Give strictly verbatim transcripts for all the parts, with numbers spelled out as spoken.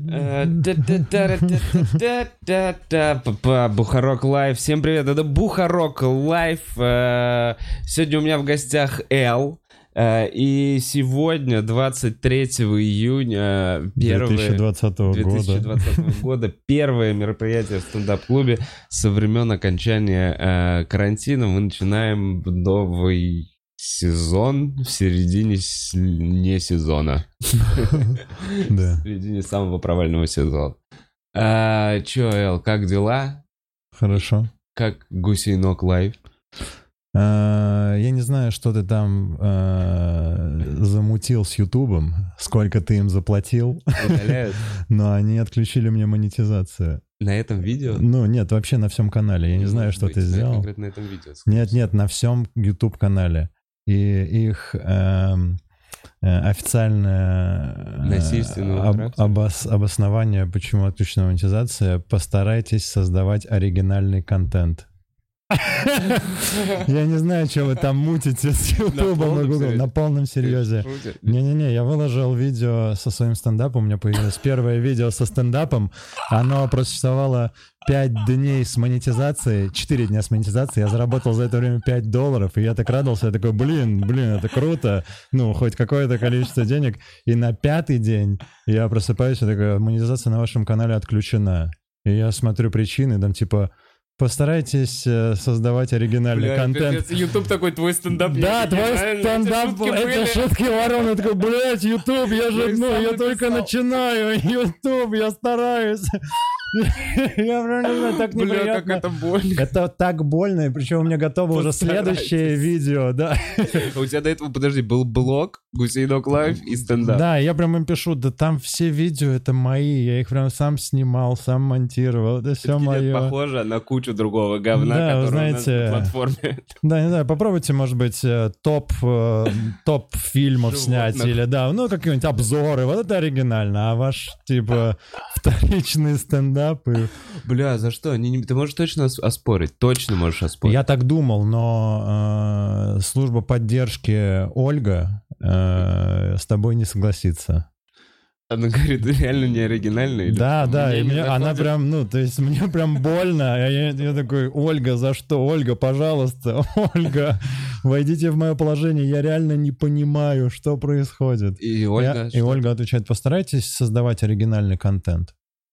Бухарок Лайв. Всем привет, это Бухарок Лайв. Сегодня у меня в гостях Эл. И сегодня, двадцать третьего июня две тысячи двадцатого года, первое мероприятие в стендап-клубе со времен окончания карантина. Мы начинаем новый сезон в середине с... не сезона. В середине самого провального сезона. А, чё, Эл, как дела? Хорошо. Как Гусейнок Лайв? А, я не знаю, что ты там а, замутил с Ютубом, сколько ты им заплатил. Удаляют? Но они отключили мне монетизацию. На этом видео? Ну, нет, вообще на всем канале. Я не, не знаю, что быть, ты сделал. Конкретно на этом видео. Нет, нет, на всем YouTube-канале. И их э, э, официальное э, об, обос, обоснование, почему отключена монетизация: постарайтесь создавать оригинальный контент. Я не знаю, что вы там мутите с Ютубом и Google. На полном серьезе. Не-не-не, я выложил видео со своим стендапом. У меня появилось первое видео со стендапом. Оно просуществовало пять дней с монетизацией, четыре дня с монетизацией. Я заработал за это время пять долларов. И я так радовался. Я такой, блин, блин, это круто. Ну, хоть какое-то количество денег. И на пятый день я просыпаюсь и такой: монетизация на вашем канале отключена. И я смотрю причины, там типа: постарайтесь э, создавать оригинальный Бля, контент. Ютуб такой, твой стендап. Да, твой стендап, это, это шутки ворон. Я такой, блядь, Ютуб, я же, ну, я только начинаю. Ютуб, я стараюсь. Я прям не знаю, так неприятно. Бля, как это больно. Это так больно, и причем у меня готово уже следующее видео, да. А у тебя до этого, подожди, был блог, Гусейнок Лайв и стендап. Да, я прям им пишу: да там все видео это мои, я их прям сам снимал, сам монтировал, это все мое. Похоже на кучу другого говна, да, который знаете, у нас на платформе. Да, не знаю, попробуйте, может быть, топ, топ фильмов снять, или, да, ну, какие-нибудь обзоры, вот это оригинально, а ваш, типа, вторичный стендап. И... Бля, за что? Они не... Ты можешь точно оспорить? Точно можешь оспорить. Я так думал, но э, служба поддержки Ольга э, с тобой не согласится. Она говорит, реально не оригинально? Или да, да, и мне, заходит? Она прям, ну, то есть мне прям больно. Я, я такой: Ольга, за что? Ольга, пожалуйста, Ольга, войдите в мое положение, я реально не понимаю, что происходит. И Ольга, я, и Ольга отвечает: постарайтесь создавать оригинальный контент.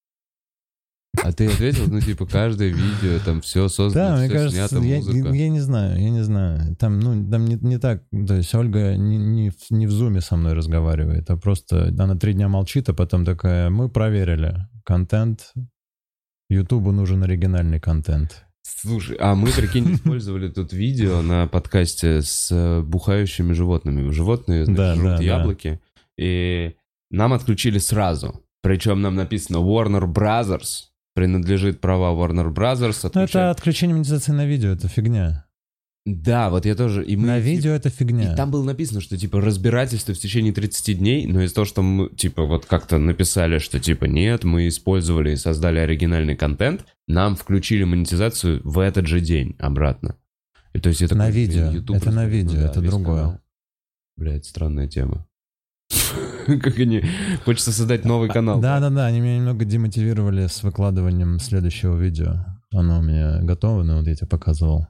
А ты ответил, ну, типа, каждое видео, там все создано, да, все мне кажется, снято, я, музыка. Я, я не знаю, я не знаю. Там, ну, там не, не так, то есть Ольга не, не, в, не в зуме со мной разговаривает, а просто она три дня молчит, а потом такая: мы проверили контент, Ютубу нужен оригинальный контент. Слушай, а мы, прикинь, использовали тут видео на подкасте с бухающими животными. Животные, значит, да, жрут да, яблоки, да. И нам отключили сразу. Причем нам написано Warner Brothers, принадлежит права Warner Brothers. Ну, это отключение монетизации на видео, это фигня. Да, вот я тоже... И мы, на видео это фигня. И там было написано, что, типа, разбирательство в течение тридцати дней, но из-за того, что мы, типа, вот как-то написали, что, типа, нет, мы использовали и создали оригинальный контент, нам включили монетизацию в этот же день обратно. И, то есть это на видео, YouTube это на видео, ну, да, это другое. Канал. Бля, это странная тема. Как они... Хочется создать новый канал. Да-да-да, они меня немного демотивировали с выкладыванием следующего видео. Оно у меня готово, но вот я тебе показывал.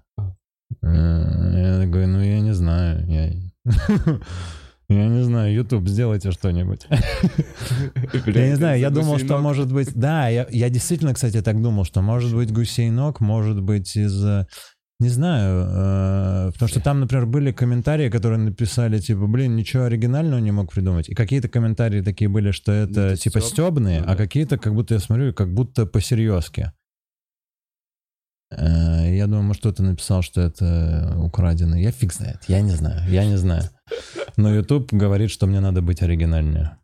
Я говорю, ну я не знаю. Я, я не знаю, YouTube, сделайте что-нибудь. Я не знаю, я думал, что может быть... Да, я, я действительно, кстати, так думал, что может быть Гусейнок, может быть из... Не знаю, э, потому что там, например, были комментарии, которые написали, типа, блин, ничего оригинального не мог придумать. И какие-то комментарии такие были, что это, это типа, стёб, стёбные, да. А какие-то, как будто я смотрю, как будто по-серьезки. Э, я думаю, может, кто-то написал, что это украдено. Я фиг знает, я не знаю, я не знаю. Но YouTube говорит, что мне надо быть оригинальнее.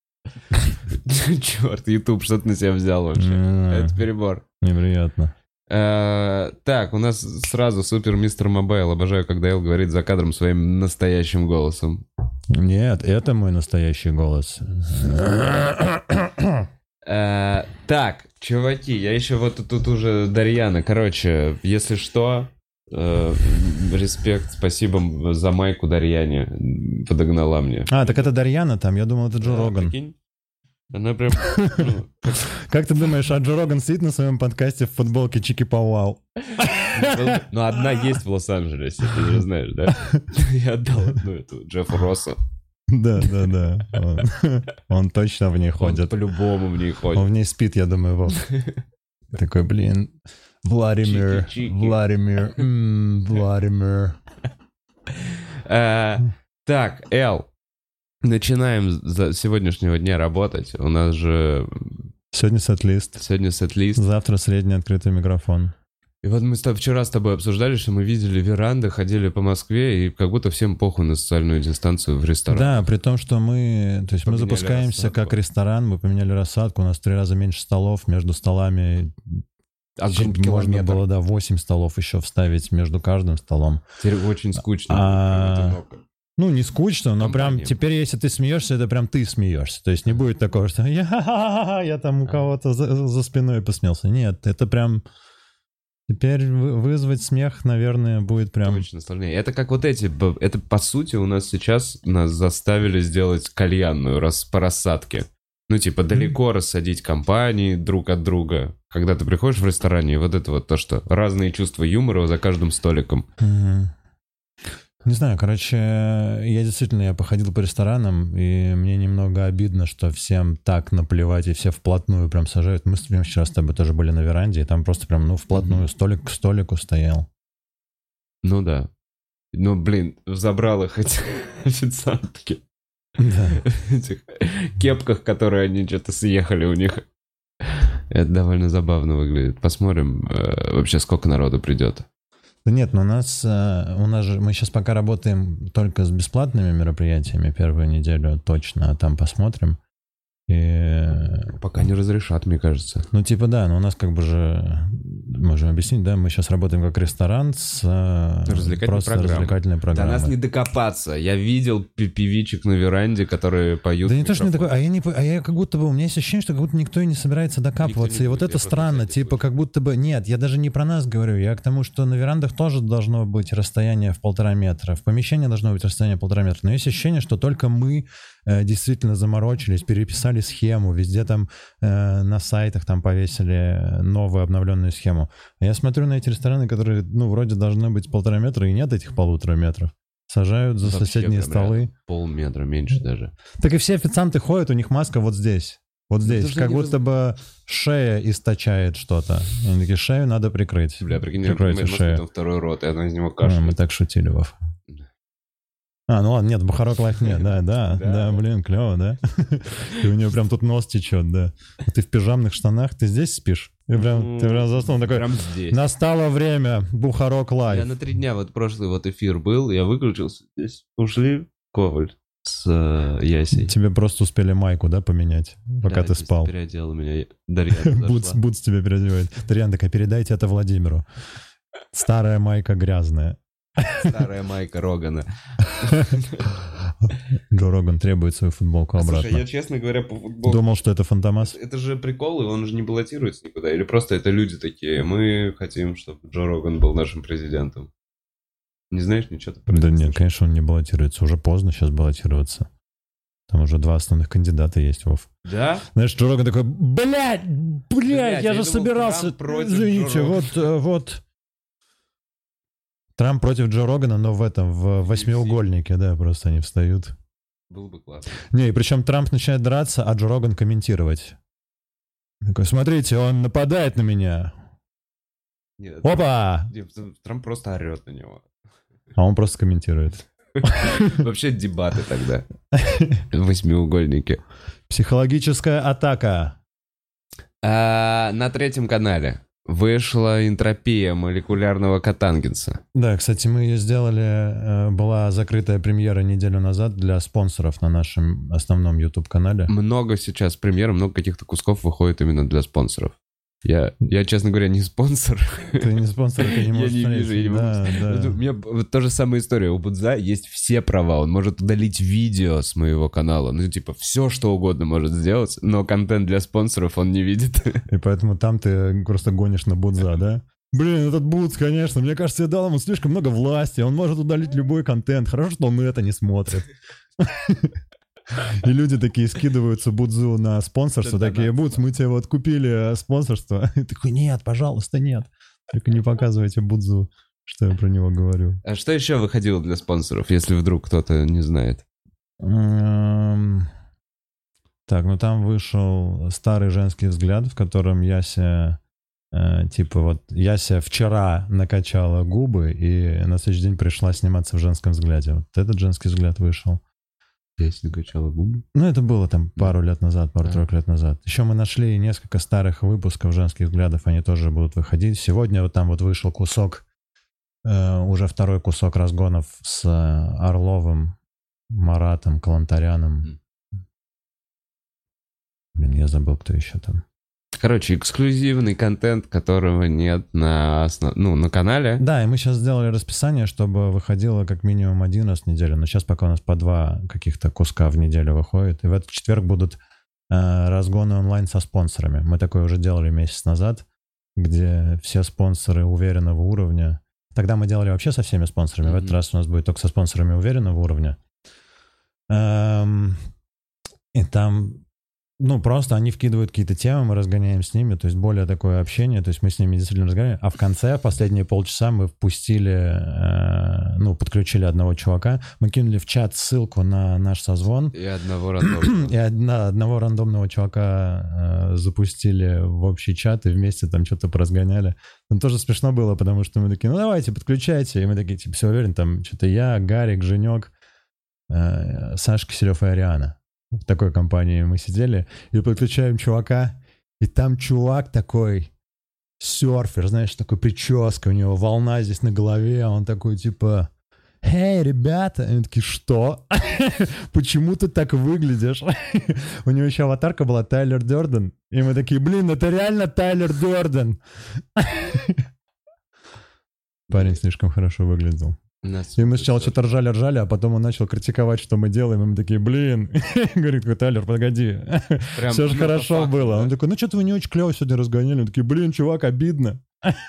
Черт, YouTube что-то на себя взял вообще. Это перебор. Неприятно. Uh, так, у нас сразу супер мистер Мобайл. Обожаю, когда Эл говорит за кадром своим настоящим голосом. Нет, это мой настоящий голос. uh, Так, чуваки, я еще вот тут уже Дарьяна. Короче, если что, uh, респект, спасибо за майку Дарьяне. Подогнала мне. А, так это Дарьяна там? Я думал, это Джо да, Роган. Прикинь? Она прям... ну, как- Как ты думаешь, а Джо Роган сидит на своем подкасте в футболке Чики-Пау-Вау? Ну, одна есть в Лос-Анджелесе, ты же знаешь, да? Я отдал одну эту Джеффу Россу. Да, да, да. Он, он точно в ней Он ходит. по-любому в ней Он ходит. в ней спит, я думаю, Вов. Такой, блин, Владимир, Чики-чики. Владимир, м, Владимир. Э, Так, Эл, начинаем за сегодняшнего дня работать. У нас же Сегодня сет-лист, сегодня сет-лист. завтра средний открытый микрофон. И вот мы с тобой вчера с тобой обсуждали, что мы видели веранды, ходили по Москве, и как будто всем похуй на социальную дистанцию в ресторан. Да, при том, что мы, то есть мы Поменяли запускаемся рассадку. как ресторан, мы поменяли рассадку, у нас в три раза меньше столов, между столами А можно километр. было, да, восемь столов еще вставить между каждым столом. Теперь очень скучно. А, Прям это много. Ну, не скучно, но прям Компания. теперь, если ты смеешься, это прям ты смеешься. То есть не будет такого, что я, я там у кого-то за, за спиной посмеялся. Нет, это прям... Теперь вы- вызвать смех, наверное, будет прям... Точно сложнее. Это как вот эти, б- это по сути у нас сейчас нас заставили сделать кальянную рас, по рассадке. Ну, типа, далеко рассадить компании друг от друга. Когда ты приходишь в ресторане, и вот это вот то, что разные чувства юмора за каждым столиком. Мгм. Не знаю, короче, я действительно, я походил по ресторанам, и мне немного обидно, что всем так наплевать, и все вплотную прям сажают. Мы с тобой вчера с тобой тоже были на веранде, и там просто прям, ну, вплотную столик к столику стоял. Ну да. Ну, блин, забрал их эти официантки. Да. В этих кепках, которые они что-то съехали у них. Это довольно забавно выглядит. Посмотрим э, вообще, сколько народу придет. Да нет, но у нас, э, у нас же, мы сейчас пока работаем только с бесплатными мероприятиями первую неделю точно, а там посмотрим. И, Пока не разрешат, мне кажется. ну, типа, да, но у нас как бы же, можем объяснить, да, мы сейчас работаем как ресторан с э, Развлекательной просто программой. развлекательной До программой. нас не докопаться. Я видел пи- певичек на веранде, которые поют. Да в не то, что не микрофон. такой, а я не, по- а я как будто бы, у меня есть ощущение, что как будто никто и не собирается докапываться, Никто не и вот будет, это я просто странно, всякий типа, случай. как будто бы, нет, я даже не про нас говорю, я к тому, что на верандах тоже должно быть расстояние в полтора метра, в помещении должно быть расстояние полтора метра, но есть ощущение, что только мы э, действительно заморочились, переписали схему, везде там э, на сайтах там повесили новую обновленную схему. А я смотрю на эти рестораны, которые, ну, вроде должны быть полтора метра, и нет этих полутора метров. Сажают за Вообще соседние прям столы. рядом. Полметра, меньше даже. Так и все официанты ходят, у них маска вот здесь. Вот здесь. даже Как не будто бы шея источает что-то. И они такие, шею надо прикрыть. Бля, прикинь, я Прикройте понимаю, шею. там второй рот, и она из него А, мы кашляет. так шутили, Вов. А, ну ладно, нет, Бухарок Лайф нет, да, да, Да. да, блин, клево, да? И у нее прям тут нос течет, да. А ты в пижамных штанах, ты здесь спишь? Ты прям, ты прям заснул, такой, Прям здесь. настало время, Бухарок Я Лайф. на три дня, вот прошлый вот эфир был, я выключился, здесь ушли Коваль с э, Ясей. Тебе просто успели майку, да, поменять, пока Да, ты здесь спал. переодела меня Дарья Бутс, зашла. Бутс тебя переодевает. Дарьян такая, передайте это Владимиру. Старая майка грязная. Старая майка Рогана. Джо Роган требует свою футболку обратно. Слушай, я, честно говоря, по футболу... Думал, что это Фантомас. Это же прикол, и он же не баллотируется никуда. Или просто это люди такие, мы хотим, чтобы Джо Роган был нашим президентом. Не знаешь ничего про Да это? нет, конечно, он не баллотируется. Уже поздно сейчас баллотироваться. Там уже два основных кандидата есть, Вов. Да? Знаешь, Джо Роган такой, блядь, блядь, Блядь, я я же думал, собирался. Трамп против Извините, Джо Рогана. вот, э, вот. Трамп против Джо Рогана, но в этом, в восьмиугольнике, да, просто они встают. Было бы классно. Не, и причем Трамп начинает драться, а Джо Роган комментировать. Такой, смотрите, он нападает на меня. Нет, Опа! Трамп, Трамп просто орет на него. А он просто комментирует. Вообще дебаты тогда. Восьмиугольники. Психологическая атака. А, на третьем канале вышла энтропия молекулярного котангенса. Да, кстати, мы ее сделали, э, была закрытая премьера неделю назад для спонсоров на нашем основном YouTube-канале. Много сейчас премьер, много каких-то кусков выходит именно для спонсоров. Я, я, честно говоря, не спонсор. Ты не спонсор, ты не Я можешь не смотреть. вижу, я не могу. Да, да. Вот У меня вот та же самая история. У Будза есть все права. Он может удалить видео с моего канала. Ну, типа, все, что угодно может сделать, но контент для спонсоров он не видит. И поэтому там ты просто гонишь на Будза, да? Блин, этот Будз, конечно, мне кажется, я дал ему слишком много власти, он может удалить любой контент. Хорошо, что он это не смотрит. И люди такие скидываются Будзу на спонсорство, такие, Будз, мы тебе вот купили спонсорство. И такой, нет, пожалуйста, нет. Только не показывайте Будзу, что я про него говорю. А что еще выходило для спонсоров, если вдруг кто-то не знает? Так, ну там вышел «Старый женский взгляд», в котором Яся, э, типа вот, Яся вчера накачала губы и на следующий день пришла сниматься в «Женском взгляде». Вот этот «Женский взгляд» вышел. Яся накачала губы? Ну, это было там пару лет назад, пару-тройку лет назад. Еще мы нашли несколько старых выпусков «Женских взглядов», они тоже будут выходить. Сегодня вот там вот вышел кусок, э, уже второй кусок разгонов с Орловым, Маратом, Калантаряном. Блин, я забыл, кто еще там. Короче, эксклюзивный контент, которого нет на, основ... ну, на канале. Да, и мы сейчас сделали расписание, чтобы выходило как минимум один раз в неделю. Но сейчас пока у нас по два каких-то куска в неделю выходит. И в этот четверг будут э, разгоны онлайн со спонсорами. Мы такое уже делали месяц назад, где все спонсоры уверенного уровня. Тогда мы делали вообще со всеми спонсорами. Mm-hmm. В этот раз у нас будет только со спонсорами уверенного уровня. Эм... И там... Ну, просто они вкидывают какие-то темы, мы разгоняем с ними, то есть более такое общение, то есть мы с ними действительно разговариваем. А в конце, последние полчаса мы впустили, э, ну, подключили одного чувака, мы кинули в чат ссылку на наш созвон. И одного рандомного. И одна, одного рандомного чувака э, запустили в общий чат и вместе там что-то поразгоняли. Там тоже смешно было, потому что мы такие, ну, давайте, подключайте. И мы такие, типа, все уверен, там что-то я, Гарик, Женек, э, Саша Киселев и Ариана. В такой компании мы сидели и подключаем чувака, и там чувак такой серфер, знаешь, такой прическа, у него волна здесь на голове, а он такой типа, «Эй, ребята!» И они такие, «Что? Почему ты так выглядишь?» У него еще аватарка была Тайлер Дёрден, и мы такие, «Блин, это реально Тайлер Дёрден!» Парень слишком хорошо выглядел. И мы сначала что-то ржали-ржали, а потом он начал критиковать, что мы делаем, и мы такие, блин. Говорит, Тайлер, погоди. Прям все же хорошо факт, было. Да? Он такой, ну что-то вы не очень клево сегодня разгоняли. Он такие, блин, чувак, обидно.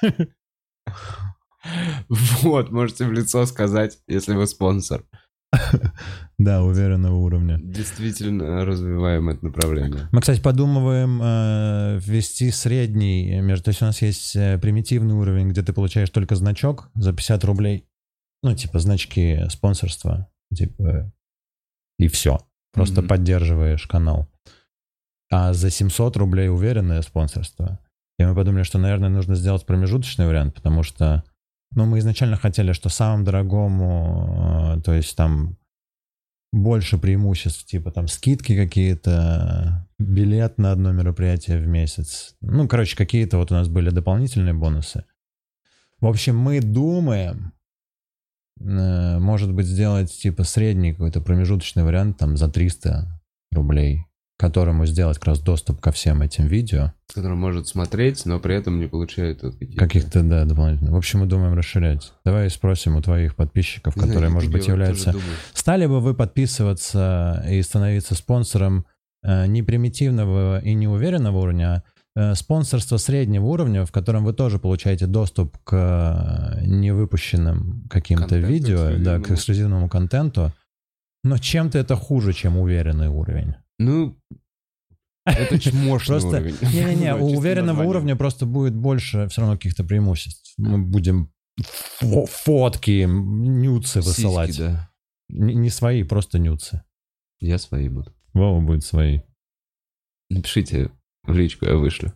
Вот, можете в лицо сказать, если вы спонсор. Да, уверенного уровня. Действительно развиваем это направление. Мы, кстати, подумываем э, ввести средний, между, то есть у нас есть примитивный уровень, где ты получаешь только значок за пятьдесят рублей. Ну, типа, значки спонсорства, типа, и все. Просто mm-hmm. поддерживаешь канал. А за семьсот рублей уверенное спонсорство. И мы подумали, что, наверное, нужно сделать промежуточный вариант, потому что, ну, мы изначально хотели, что самому дорогому, то есть там больше преимуществ, типа там скидки какие-то, билет на одно мероприятие в месяц. Ну, короче, какие-то вот у нас были дополнительные бонусы. В общем, мы думаем... может быть, сделать типа средний какой-то промежуточный вариант там за триста рублей, которому сделать как раз доступ ко всем этим видео. С которым может смотреть, но при этом не получает вот каких-то... Каких-то, да, дополнительно. В общем, мы думаем расширять. Давай спросим у твоих подписчиков, не которые, знаю, может быть, являются... Стали бы вы подписываться и становиться спонсором э, не примитивного и неуверенного уровня, спонсорство среднего уровня, в котором вы тоже получаете доступ к невыпущенным каким-то контент, видео, да, к эксклюзивному контенту, но чем-то это хуже, чем уверенный уровень. Ну, это чмошный уровень. Не-не-не, у уверенного уровня просто будет больше все равно каких-то преимуществ. Мы будем фотки, нюцы высылать. Не свои, просто нюцы. Я свои буду. Вова будет свои. Напишите в личку, я вышлю.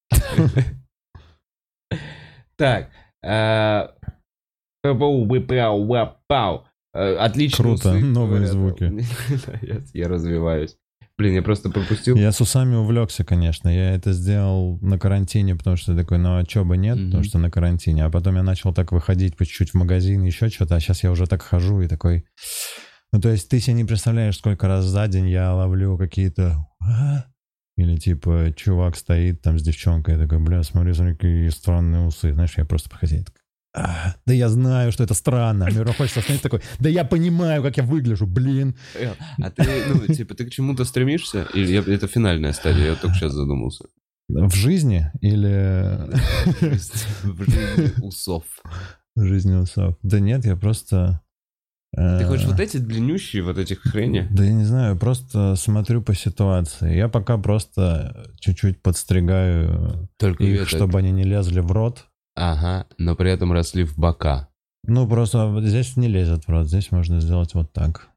Так. Отлично. Круто, новые звуки. Я развиваюсь. Блин, я просто пропустил. Я с усами увлекся, конечно. Я это сделал на карантине, потому что такой, ну а чё бы нет, потому что на карантине. А потом я начал так выходить по чуть-чуть в магазин, еще что-то, а сейчас я уже так хожу и такой... Ну то есть ты себе не представляешь, сколько раз за день я ловлю какие-то... Или типа чувак стоит там с девчонкой, я такой, бля, смотри, смотри, какие странные усы. Знаешь, я просто походил, такой, а, да я знаю, что это странно. Мне хочется остановиться такой, да я понимаю, как я выгляжу, блин. А ты, ну, типа, ты к чему-то стремишься? Или я, это финальная стадия, я только сейчас задумался. В жизни или... В жизни усов. В жизни усов. Да нет, я просто... Ты хочешь вот эти длиннющие, вот этих хрени? Да я не знаю, просто смотрю по ситуации. Я пока просто чуть-чуть подстригаю Только их, это... чтобы они не лезли в рот. Ага, но при этом росли в бока. Ну, просто вот здесь не лезет в рот, здесь можно сделать вот так.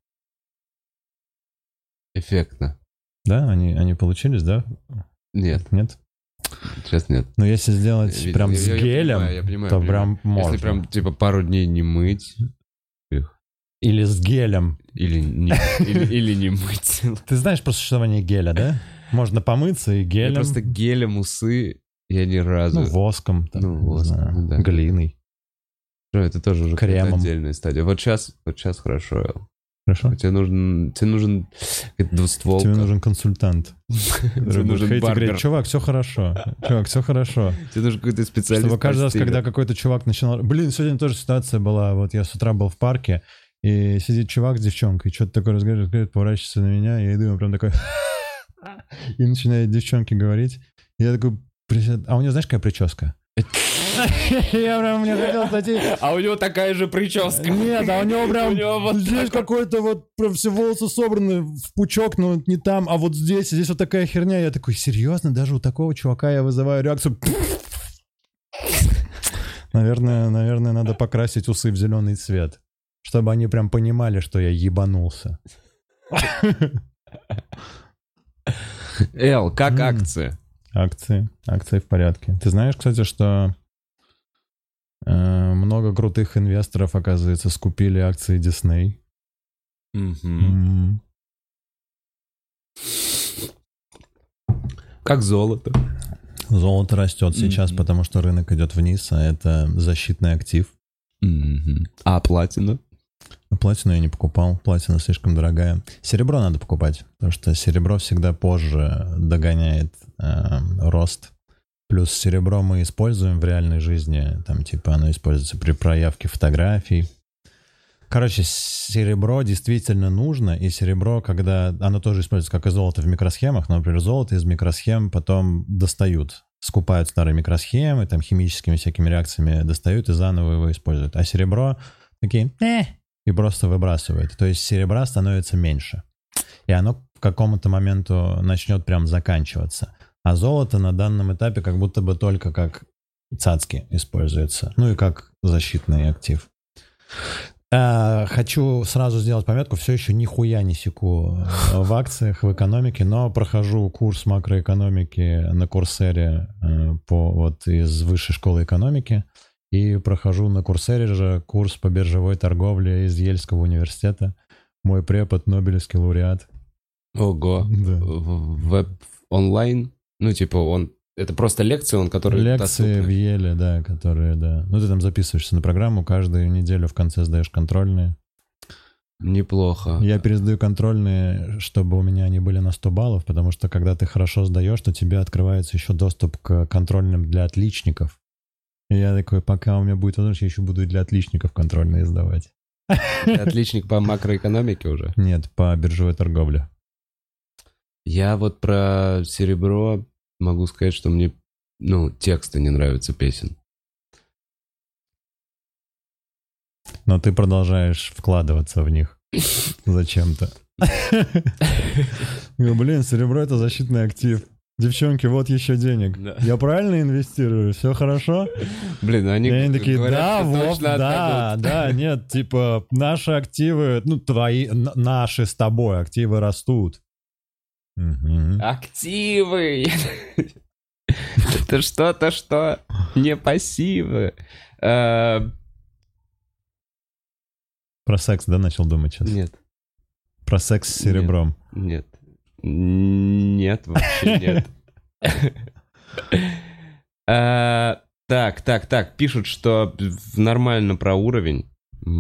Эффектно. Да, они, они получились, да? Нет. Нет? Сейчас нет. Но если сделать Я прям видел, с я, я гелем, понимаю, я понимаю, то я понимаю. прям можно. Если прям, типа, пару дней не мыть их. Или с гелем. Или не, или, или не мыть. Ты знаешь про существование геля, да? Можно помыться и гелем. Я просто гелем усы я ни разу... Ну, воском. Там, ну, воском, ну, да. Глиной. Это тоже уже кремом. Отдельная стадия. Вот сейчас, вот сейчас хорошо. Хорошо. Тебе нужен, тебе нужен двустволка. Тебе нужен консультант. Тебе нужен барбер. Чувак, все хорошо. Чувак, все хорошо. Тебе нужен какой-то специалист. Чтобы каждый раз, когда какой-то чувак начинал... Блин, сегодня тоже ситуация была. Вот я с утра был в парке, и сидит чувак с девчонкой, что-то такое разговаривает, разговаривает, поворачивается на меня, я иду, ему прям такой... И начинает девчонке говорить. Я такой... А у него знаешь, какая прическа? Я прям мне хотел зайти. А у него такая же прическа. Нет, а у него прям у него вот здесь какой-то вот прям все волосы собраны в пучок, но не там, а вот здесь, здесь вот такая херня. Я такой, серьезно, даже у такого чувака я вызываю реакцию. Наверное, наверное, надо покрасить усы в зеленый цвет, чтобы они прям понимали, что я ебанулся. Эл, как акции? Акции, акции в порядке. Ты знаешь, кстати, что э, много крутых инвесторов, оказывается, скупили акции Disney. Mm-hmm. Mm-hmm. Как золото. Золото растет сейчас, mm-hmm. потому что рынок идет вниз, а это защитный актив. Mm-hmm. А платина? Платину я не покупал, платина слишком дорогая. Серебро надо покупать, потому что серебро всегда позже догоняет э, рост. Плюс серебро мы используем в реальной жизни, там типа оно используется при проявке фотографий. Короче, серебро действительно нужно, и серебро, когда оно тоже используется как и золото в микросхемах, но, например, золото из микросхем потом достают, скупают старые микросхемы, там химическими всякими реакциями достают и заново его используют. А серебро такие... Э! И просто выбрасывает. То есть серебра становится меньше. И оно к какому-то моменту начнет прям заканчиваться. А золото на данном этапе как будто бы только как цацки используется. Ну и как защитный актив. А, хочу сразу сделать пометку. Все еще нихуя не секу в акциях, в экономике, но прохожу курс макроэкономики на Курсере по, вот, из высшей школы экономики. И прохожу на Курсере же курс по биржевой торговле из Ельского университета. Мой препод, нобелевский лауреат. Ого. Да. Веб онлайн? Ну, типа, он... Это просто лекции, он, которые Лекции доступны. в Еле, да, которые, да. Ну, ты там записываешься на программу, каждую неделю в конце сдаешь контрольные. Неплохо. Я пересдаю контрольные, чтобы у меня они были на сто баллов, потому что, когда ты хорошо сдаешь, то тебе открывается еще доступ к контрольным для отличников. И я такой, пока у меня будет возможность, я еще буду и для отличников контрольные сдавать. Ты отличник по макроэкономике уже? Нет, по биржевой торговле. Я вот про серебро могу сказать, что мне, ну, тексты не нравятся песен. Но ты продолжаешь вкладываться в них зачем-то. Блин, серебро — это защитный актив. Девчонки, вот еще денег. Да. Я правильно инвестирую? Все хорошо? Блин, они, они такие, говорят, да, Вов, да, отдадут. Да, нет, типа, наши активы, ну, твои, наши с тобой активы растут. Угу. Активы! Это что-то, что не пассивы. Про секс, да, начал думать сейчас? Нет. Про секс с серебром? Нет. Нет, вообще нет. а, так, так, так. Пишут, что нормально про уровень.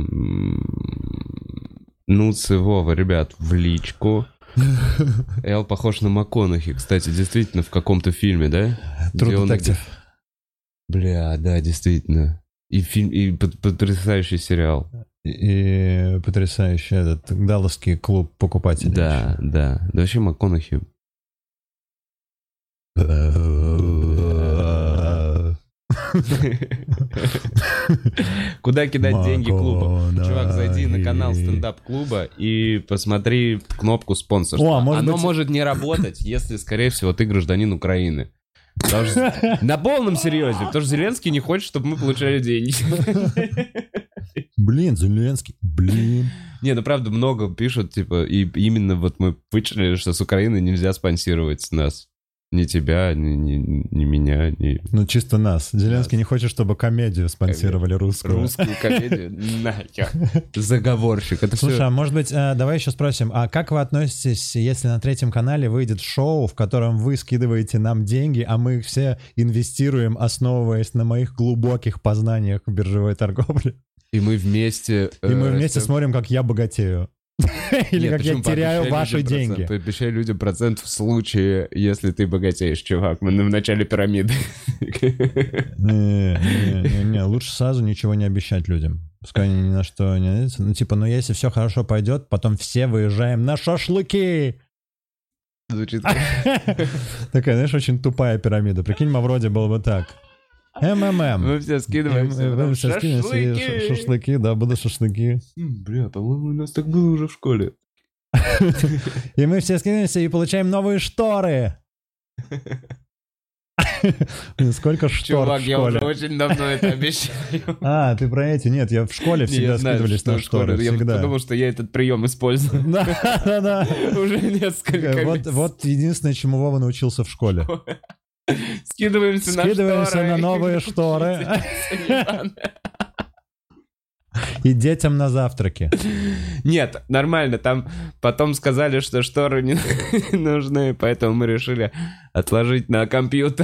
Ну, Вова, ребят, в личку. Эл похож на МакКонахи, кстати, действительно, в каком-то фильме, да? True Detective. Бля, да, действительно. И фильм, и потрясающий сериал. И потрясающий этот Далласский клуб покупателей. Да, да. Да вообще Куда кидать деньги клубу? Чувак, зайди на канал стендап-клуба и посмотри кнопку спонсорства. О, может Оно быть... может не работать, если, скорее всего, ты гражданин Украины. Что... На полном серьезе, потому что Зеленский не хочет, чтобы мы получали деньги. Блин, Зеленский, блин. Не, ну правда, много пишут, типа, и именно вот мы вычислили, что с Украины нельзя спонсировать нас. Ни тебя, ни, ни, ни меня, ни... Ну, чисто нас. Зеленский нас. Не хочет, чтобы комедию спонсировали русскую. Русскую комедию? Нахер. Заговорщик. Это Слушай, все... а может быть, давай еще спросим, а как вы относитесь, если на третьем канале выйдет шоу, в котором вы скидываете нам деньги, а мы их все инвестируем, основываясь на моих глубоких познаниях в биржевой торговле? И мы вместе... И мы вместе смотрим, как я богатею. Или как я теряю ваши деньги. Пообещай людям процент в случае, если ты богатеешь, чувак. Мы в начале пирамиды. Не-не-не, лучше сразу ничего не обещать людям. Пускай они ни на что не надеются. Ну типа, ну если все хорошо пойдет, потом все выезжаем на шашлыки. Звучит. Такая, знаешь, очень тупая пирамида. Прикинь, Мавроди было бы так. МММ. Мы все скидываемся. Мы все скидываемся. Шашлыки, да, будут шашлыки. Бля, по-моему, у нас так было уже в школе. И мы все скидываемся и получаем новые шторы. Сколько штор Чувак, в школе? я уже очень давно это обещаю. А, ты про эти? Нет, я в школе всегда скидывались на шторы. Я подумал, что я этот прием использую. Да, да, да. Уже несколько вот, вот единственное, чему Вова научился в школе. Скидываемся, Скидываемся на, на новые шторы. И детям на завтраки. Нет, нормально. Там потом сказали, что шторы не нужны, поэтому мы решили отложить на компьютер.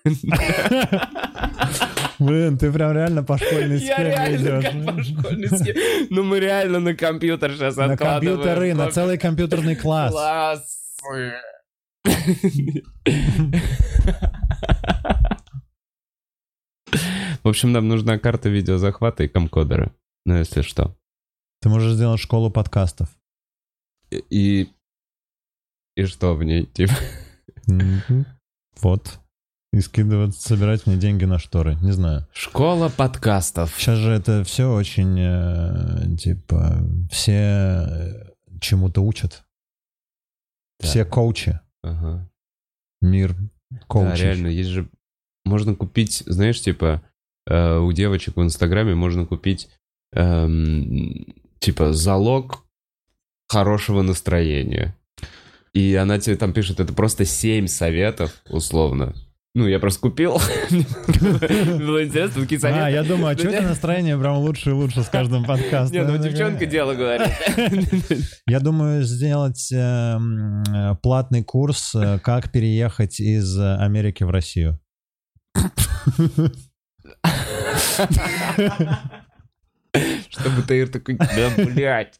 Блин, ты прям реально по школьной схеме идешь. По школьной схеме. Ну мы реально на компьютер сейчас на откладываем. На компьютеры, на целый компьютерный класс. Класс. В общем, нам нужна карта видеозахвата и камкодеры. Ну, если что. Ты можешь сделать школу подкастов. И... И что в ней, типа? Вот. И скидывать, собирать мне деньги на шторы. Не знаю. Школа подкастов. Сейчас же это все очень, э, типа, все чему-то учат. Да. Все коучи. Ага. Мир коучей. Да, реально, есть же... Можно купить, знаешь, типа, э, у девочек в Инстаграме можно купить, э, типа, залог хорошего настроения. И она тебе там пишет, это просто семь советов, условно. Ну, я просто купил. Было интересно, такие советы. А, я думаю, а что это настроение прям лучше и лучше с каждым подкастом? Нет, ну девчонка дело говорит. Я думаю сделать платный курс, как переехать из Америки в Россию. Чтобы Таир такой, да, блядь.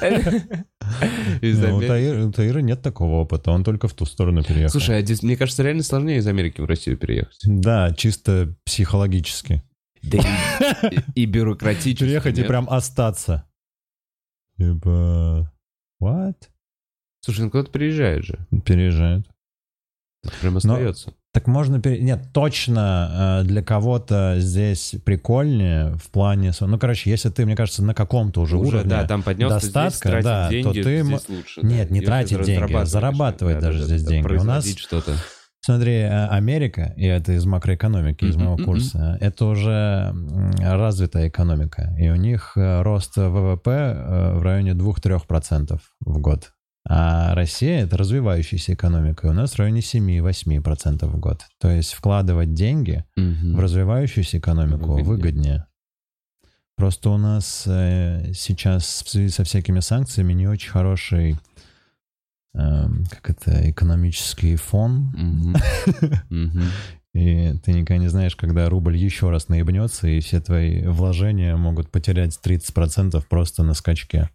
Ну, у, Таира, у Таира нет такого опыта, он только в ту сторону переехал. Слушай, а здесь, мне кажется, реально сложнее из Америки в Россию переехать. Да, чисто психологически. Да и, и бюрократически. Переехать нет? И прям остаться. Типа, what? Слушай, ну кто-то переезжает же. Переезжает. Это прям остается. Но, так можно... Пере... Нет, точно для кого-то здесь прикольнее в плане... Ну, короче, если ты, мне кажется, на каком-то уже, уже уровне да, там поднялся, достатка, здесь да, деньги, то ты... Здесь лучше, нет, да. не тратить деньги, а зарабатывать да, даже да, здесь да, деньги. У нас... что-то. Смотри, Америка, и это из макроэкономики, из моего курса, это уже развитая экономика. И у них рост ВВП в районе двух-трёх процентов в год. А Россия — это развивающаяся экономика, и у нас в районе семь-восемь процентов в год. То есть вкладывать деньги mm-hmm. в развивающуюся экономику выгоднее. выгоднее. Просто у нас э, сейчас в связи со всякими санкциями не очень хороший э, как это, экономический фон. Mm-hmm. Mm-hmm. И ты никогда не знаешь, когда рубль еще раз наебнется, и все твои вложения могут потерять тридцать процентов просто на скачке.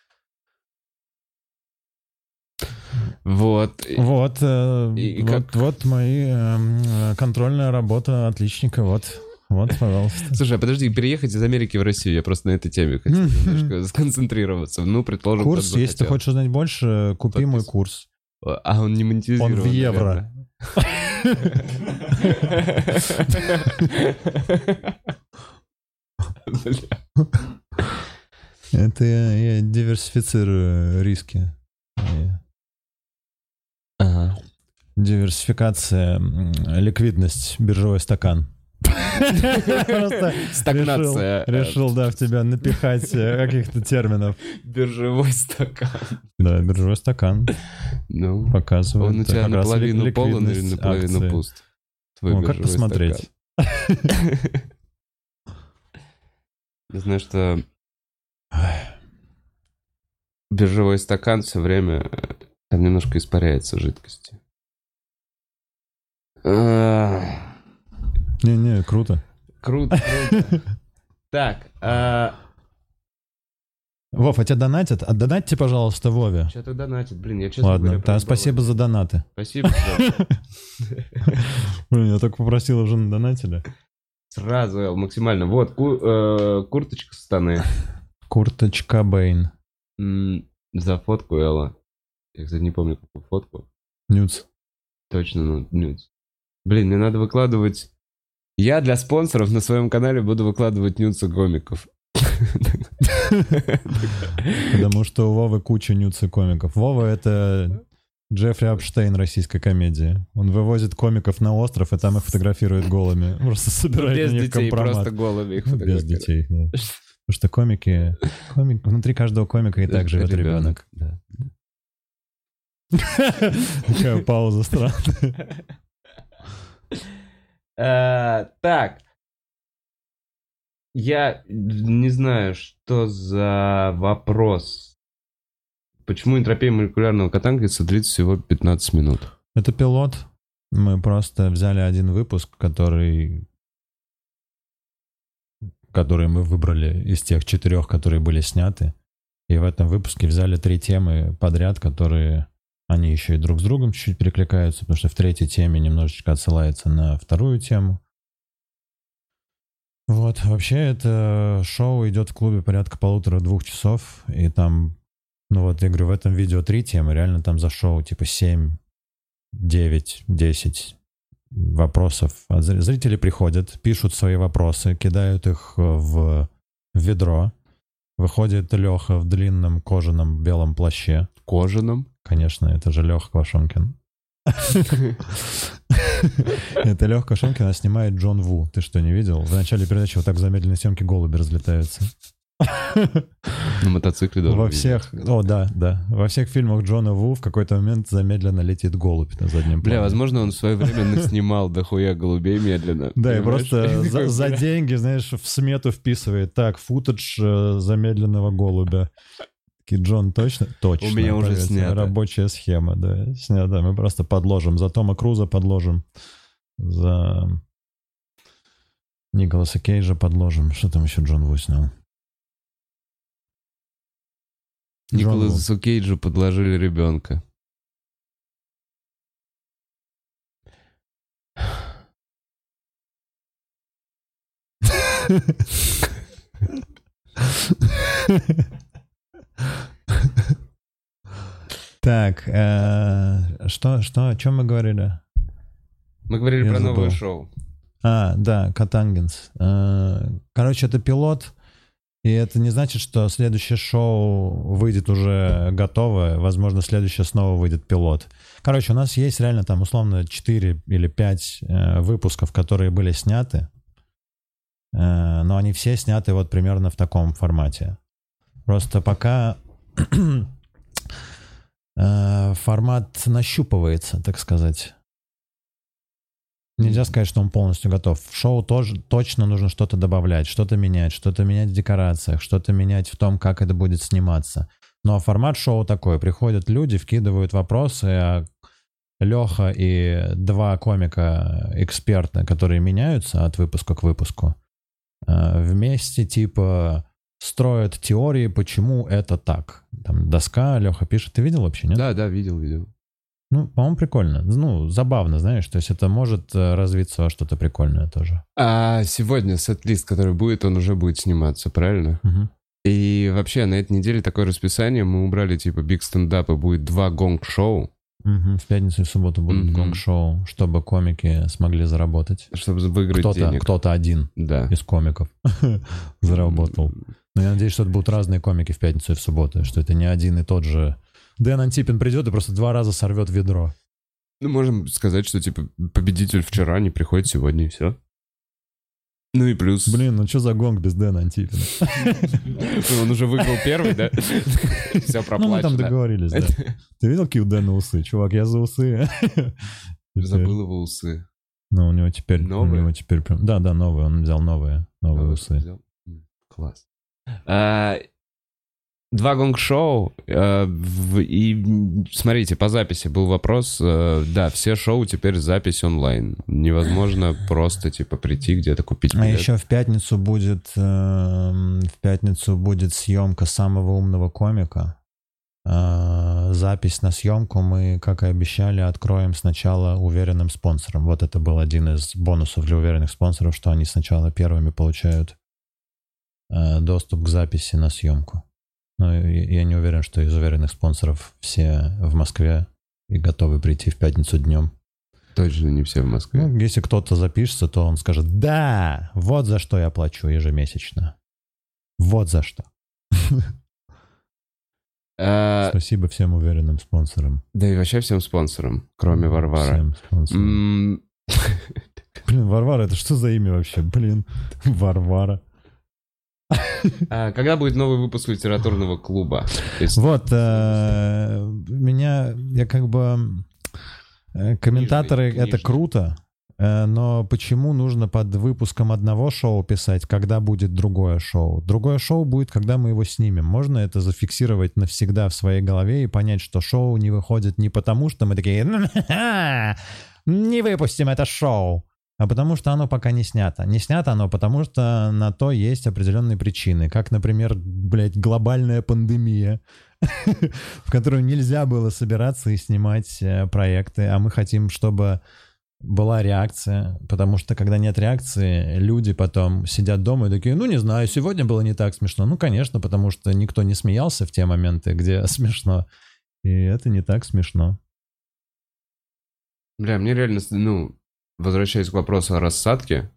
Вот. Вот, э, и вот, как... вот мои э, контрольная работа отличника, вот, вот, пожалуйста. Слушай, а подожди, переехать из Америки в Россию, я просто на этой теме хотел немножко сконцентрироваться. Ну, предположим, курс, если ты хочешь узнать больше, купи мой курс. А он не монетизирован. Он в евро. Это я, я диверсифицирую риски. Ага. Диверсификация, ликвидность, биржевой стакан. Стагнация. Решил, да, в тебя напихать каких-то терминов. Биржевой стакан. Да, биржевой стакан. Ну, показывает. Он у тебя наполовину полон или наполовину пуст? Ну, как посмотреть? Я знаю, что биржевой стакан все время там немножко испаряется жидкости. Не-не, круто. Круто, круто. Так. А... Вов, а тебя донатят? Отдонатьте, пожалуйста, Вове. Что-то донатят, блин, я честно Ладно, говоря... да, спасибо за донаты. Спасибо. Блин, я только попросил, уже надонатили. Сразу, Эл, максимально. Вот, ку- э, курточка с штаны. Курточка Бэйн. М, За фотку Элла. Я, кстати, не помню, какую фотку. Нюц. Точно, ну, нюц. Блин, мне надо выкладывать... Я для спонсоров на своем канале буду выкладывать нюцы комиков. Потому что у Вовы куча нюцы комиков. Вова — это Джеффри Эпштейн российской комедии. Он вывозит комиков на остров и там их фотографирует голыми. Просто собирает Без на них детей, компромат. просто голыми их Ну, без фотографируют. детей, да. Потому что комики... комик, внутри каждого комика и так живет ребенок. Да. Такая пауза странная. Э, Так. Я не знаю, что за вопрос. Почему энтропия молекулярного катанкиса длится всего пятнадцать минут? Это пилот. Мы просто взяли один выпуск, который... который мы выбрали из тех четырех, которые были сняты. И в этом выпуске взяли три темы подряд, которые... Они еще и друг с другом чуть-чуть перекликаются, потому что в третьей теме немножечко отсылается на вторую тему. Вот, вообще это шоу идет в клубе порядка полутора-двух часов, и там, ну вот я говорю, в этом видео три темы, реально там за шоу типа семь, девять, десять вопросов. А зрители приходят, пишут свои вопросы, кидают их в ведро. Выходит Леха в длинном кожаном белом плаще. Кожаном? Конечно, это же Леха Квашонкин. Это Леха Квашонкин, а снимает Джон Ву. Ты что, не видел? В начале передачи вот так в замедленной съемке голуби разлетаются. На мотоцикле должен Во всех... О, да, да. Во всех фильмах Джона Ву в какой-то момент замедленно летит голубь на заднем плане. Бля, возможно, он в свое время снимал дохуя голубей медленно. Да, и просто за, за деньги, знаешь, в смету вписывает. Так, футаж э, замедленного голубя. Такие, Джон, точно? Точно. У меня уже поверьте, снято. Рабочая схема, да. Снято. Мы просто подложим. За Тома Круза подложим. За Николаса Кейджа подложим. Что там еще Джон Ву снял? Николасу Кейджу подложили ребенка. Так, э, что, что, о чем мы говорили? Мы говорили Я про забыл. новое шоу. А, да, Катангенс. Э, Короче, это пилот, и это не значит, что следующее шоу выйдет уже готовое. Возможно, следующее снова выйдет пилот. Короче, у нас есть реально там условно четыре или пять э, выпусков, которые были сняты, э, но они все сняты вот примерно в таком формате. Просто пока э, формат нащупывается, так сказать. Нельзя сказать, что он полностью готов. В шоу тоже точно нужно что-то добавлять, что-то менять, что-то менять в декорациях, что-то менять в том, как это будет сниматься. Но формат шоу такой. Приходят люди, вкидывают вопросы, а Леха и два комика-эксперта, которые меняются от выпуска к выпуску, вместе типа строят теории, почему это так. Там доска, Леха пишет. Ты видел вообще, нет? Да, да, видел, видел. Ну, по-моему, прикольно. Ну, забавно, знаешь, то есть это может э, развиться во что-то прикольное тоже. А сегодня сет-лист, который будет, он уже будет сниматься, правильно? Угу. И вообще на этой неделе такое расписание. Мы убрали типа биг стендап, и будет два гонг-шоу. Угу. В пятницу и в субботу будут Мгм. гонг-шоу, чтобы комики смогли заработать. Чтобы выиграть Кто-то, денег. кто-то один Да. из комиков заработал. Но я надеюсь, что это будут разные комики в пятницу и в субботу, что это не один и тот же. Дэн Антипин придет и просто два раза сорвет ведро. Ну, можем сказать, что, типа, победитель вчера не приходит сегодня, и все. Ну и плюс... Блин, ну что за гонг без Дэна Антипина? Ну, он уже выиграл первый, да? Все Ну, мы там проплачено. договорились, да. Ты видел, какие у Дэна усы? Чувак, я за усы. Забыл его усы. Ну, у него теперь... Новые? У него теперь прям... Да, да, новые. Он взял новые. Новые усы. Взял? М, Класс. А, Два гонг-шоу. э, в- И м, смотрите, по записи был вопрос. э, Да, все шоу теперь запись онлайн. Невозможно просто, типа, прийти где-то купить А билет. еще в пятницу будет... эм, В пятницу будет съемка самого умного комика. А, Запись на съемку мы, как и обещали, откроем сначала уверенным спонсором. Вот это был один из бонусов для уверенных спонсоров, что они сначала первыми получают э, доступ к записи на съемку. Но я я не уверен, что из уверенных спонсоров все в Москве и готовы прийти в пятницу днем. Точно не все в Москве. Ну, если кто-то запишется, то он скажет: да, вот за что я плачу ежемесячно. Вот за что. А, Спасибо всем уверенным спонсорам. Да и вообще всем спонсорам, кроме Варвары. Всем спонсорам. М, Блин, Варвара, это что за имя вообще? Блин, Варвара. а Когда будет новый выпуск литературного клуба? То есть- Вот, э, меня, я как бы... э, Комментаторы, Книжный, это книжный. круто, э, но почему нужно под выпуском одного шоу писать, когда будет другое шоу? Другое шоу будет, когда мы его снимем. Можно это зафиксировать навсегда в своей голове и понять, что шоу не выходит не потому, что мы такие: не выпустим это шоу, а потому что оно пока не снято. Не снято оно, потому что на то есть определенные причины. Как, например, блядь, глобальная пандемия, в которую нельзя было собираться и снимать э, проекты. А мы хотим, чтобы была реакция. Потому что, когда нет реакции, люди потом сидят дома и такие: ну, не знаю, сегодня было не так смешно. Ну, конечно, потому что никто не смеялся в те моменты, где смешно. И это не так смешно. Бля, мне реально, ну, возвращаясь к вопросу о рассадке,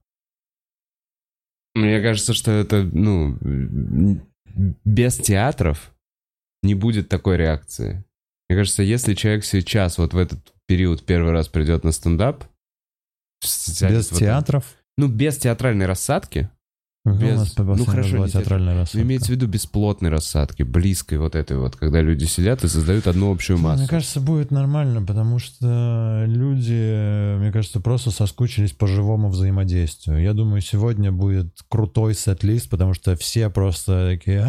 мне кажется, что это, ну, м, без театров не будет такой реакции. Мне кажется, если человек сейчас, вот в этот период, первый раз придет на стендап... сядет Без вот- театров. Ну, без театральной рассадки. Какая Без- у нас по ну, последнему хорошо, была не театральная Ну, рассадка? имеется в виду бесплотной рассадки, близкой вот этой вот, когда люди сидят и создают одну общую Ну, массу. Мне кажется, будет нормально, потому что люди, мне кажется, просто соскучились по живому взаимодействию. Я думаю, сегодня будет крутой сет-лист, потому что все просто такие: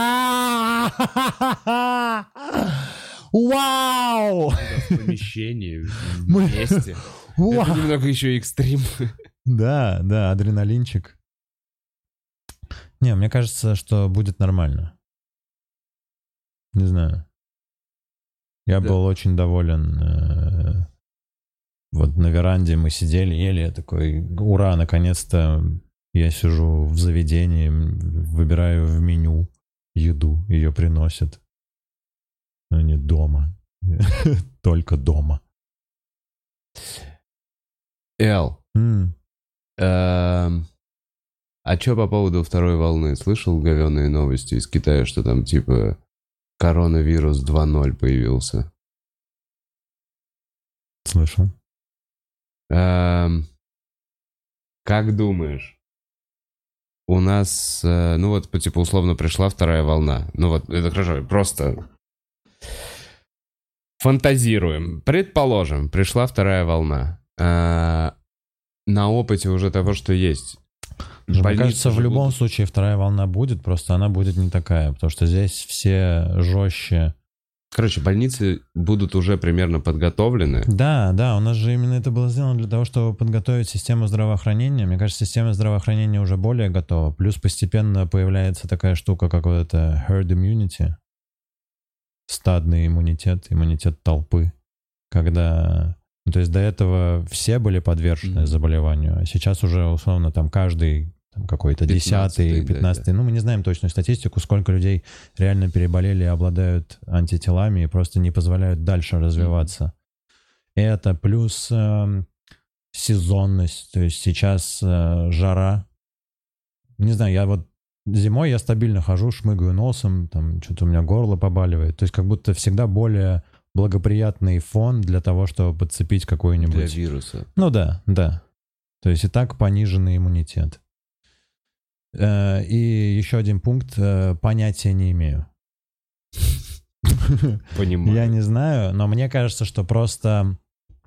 вау! В помещении, Мы- вместе. Вау! Это немного еще экстрим. Да, да, адреналинчик. Не, мне кажется, что будет нормально. Не знаю. Я Да. был очень доволен. э, Вот на веранде мы сидели, ели, я такой: ура, наконец-то я сижу в заведении, м, выбираю в меню еду, ее приносят. Но не дома. Только дома. Эл, М. эм, а что по поводу второй волны? Слышал говёные новости из Китая, что там типа коронавирус два ноль появился? Слышал. Эм, Как думаешь? У нас, э, ну вот, по- типа, условно пришла вторая волна. Ну вот, это хорошо, просто фантазируем. Предположим, пришла вторая волна. Э, На опыте уже того, что есть. Мне Больницы кажется, в же любом будут- случае вторая волна будет, просто она будет не такая, потому что здесь все жестче. Короче, больницы будут уже примерно подготовлены. Да, да, у нас же именно это было сделано для того, чтобы подготовить систему здравоохранения. Мне кажется, система здравоохранения уже более готова. Плюс постепенно появляется такая штука, как вот это herd immunity, стадный иммунитет, иммунитет толпы, когда... Ну, то есть до этого все были подвержены Мгм. заболеванию, а сейчас уже условно там каждый там, какой-то пятнадцатый, десятый, да, пятнадцатый, ну мы не знаем точную статистику, сколько людей реально переболели и обладают антителами и просто не позволяют дальше развиваться это плюс э, сезонность. То есть сейчас э, жара. Не знаю, я вот зимой я стабильно хожу, шмыгаю носом, там что-то у меня горло побаливает. То есть как будто всегда более благоприятный фон для того, чтобы подцепить какой-нибудь... Для вируса. Ну да, да. То есть и так пониженный иммунитет. Э, и еще один пункт. Э, понятия не имею. Понимаю. Я не знаю, но мне кажется, что просто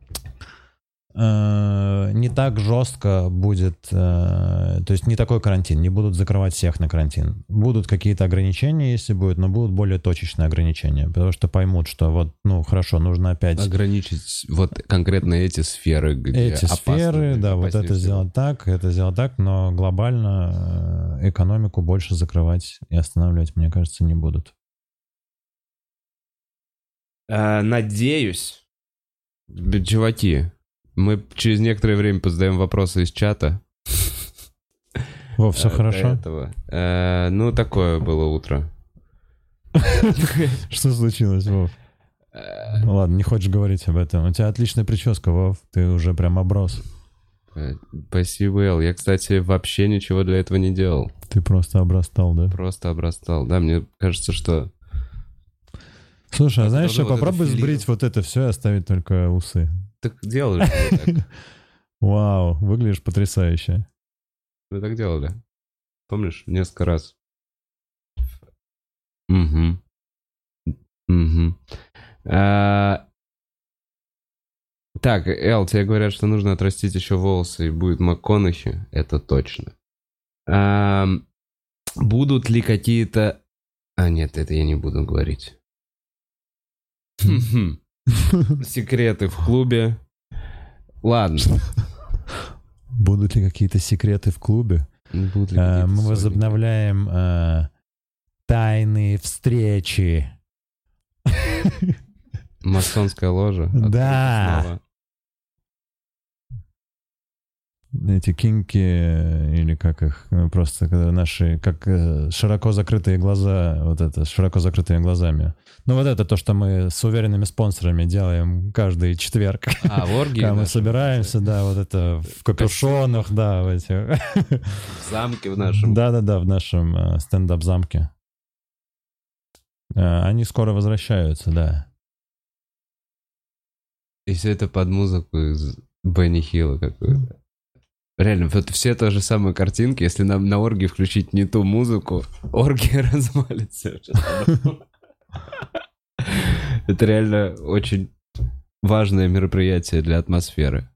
э, не так жестко будет, э, то есть не такой карантин, не будут закрывать всех на карантин. Будут какие-то ограничения, если будет, но будут более точечные ограничения, потому что поймут, что вот, ну, хорошо, нужно опять... Ограничить вот конкретно эти сферы, где Эти сферы, да, вот это сделать так, это сделать так, но глобально э, экономику больше закрывать и останавливать, мне кажется, не будут. А, надеюсь, чуваки, мы через некоторое время позадаем вопросы из чата. Во, все а, хорошо? Этого. А, ну, такое было утро. Что случилось, Вов? Ну ладно, не хочешь говорить об этом. У тебя отличная прическа, Вов. Ты уже прям оброс. Спасибо, Эл. Я, кстати, вообще ничего для этого не делал. Ты просто обрастал, да? Просто обрастал. Да, мне кажется, что... Слушай, а знаешь что, вот попробуй сбрить вот это все и оставить только усы. Так делали же вы так. Вау, выглядишь потрясающе. Вы так делали. Помнишь? Несколько раз. Угу. Угу. А... Так, Эл, тебе говорят, что нужно отрастить еще волосы, и будет МакКонахи. Это точно. А... Будут ли какие-то... А, нет, это я не буду говорить. Секреты в клубе. Ладно. Будут ли какие-то секреты в клубе? Будут ли а, мы возобновляем а, тайные встречи. Масонская ложа. Да. Эти кинки, или как их, ну, просто когда наши, как широко закрытые глаза, вот это, с широко закрытыми глазами. Ну вот это то, что мы с уверенными спонсорами делаем каждый четверг. А, в оргии? Когда мы собираемся, да, вот это в капюшонах, да, в этих... В замке в нашем. Да-да-да, в нашем стендап-замке. Они скоро возвращаются, да. И все это под музыку из Бенни Хилла какую-то. Реально, вот все те же самые картинки, если нам на оргии включить не ту музыку, оргия развалится. Это реально очень важное мероприятие для атмосферы.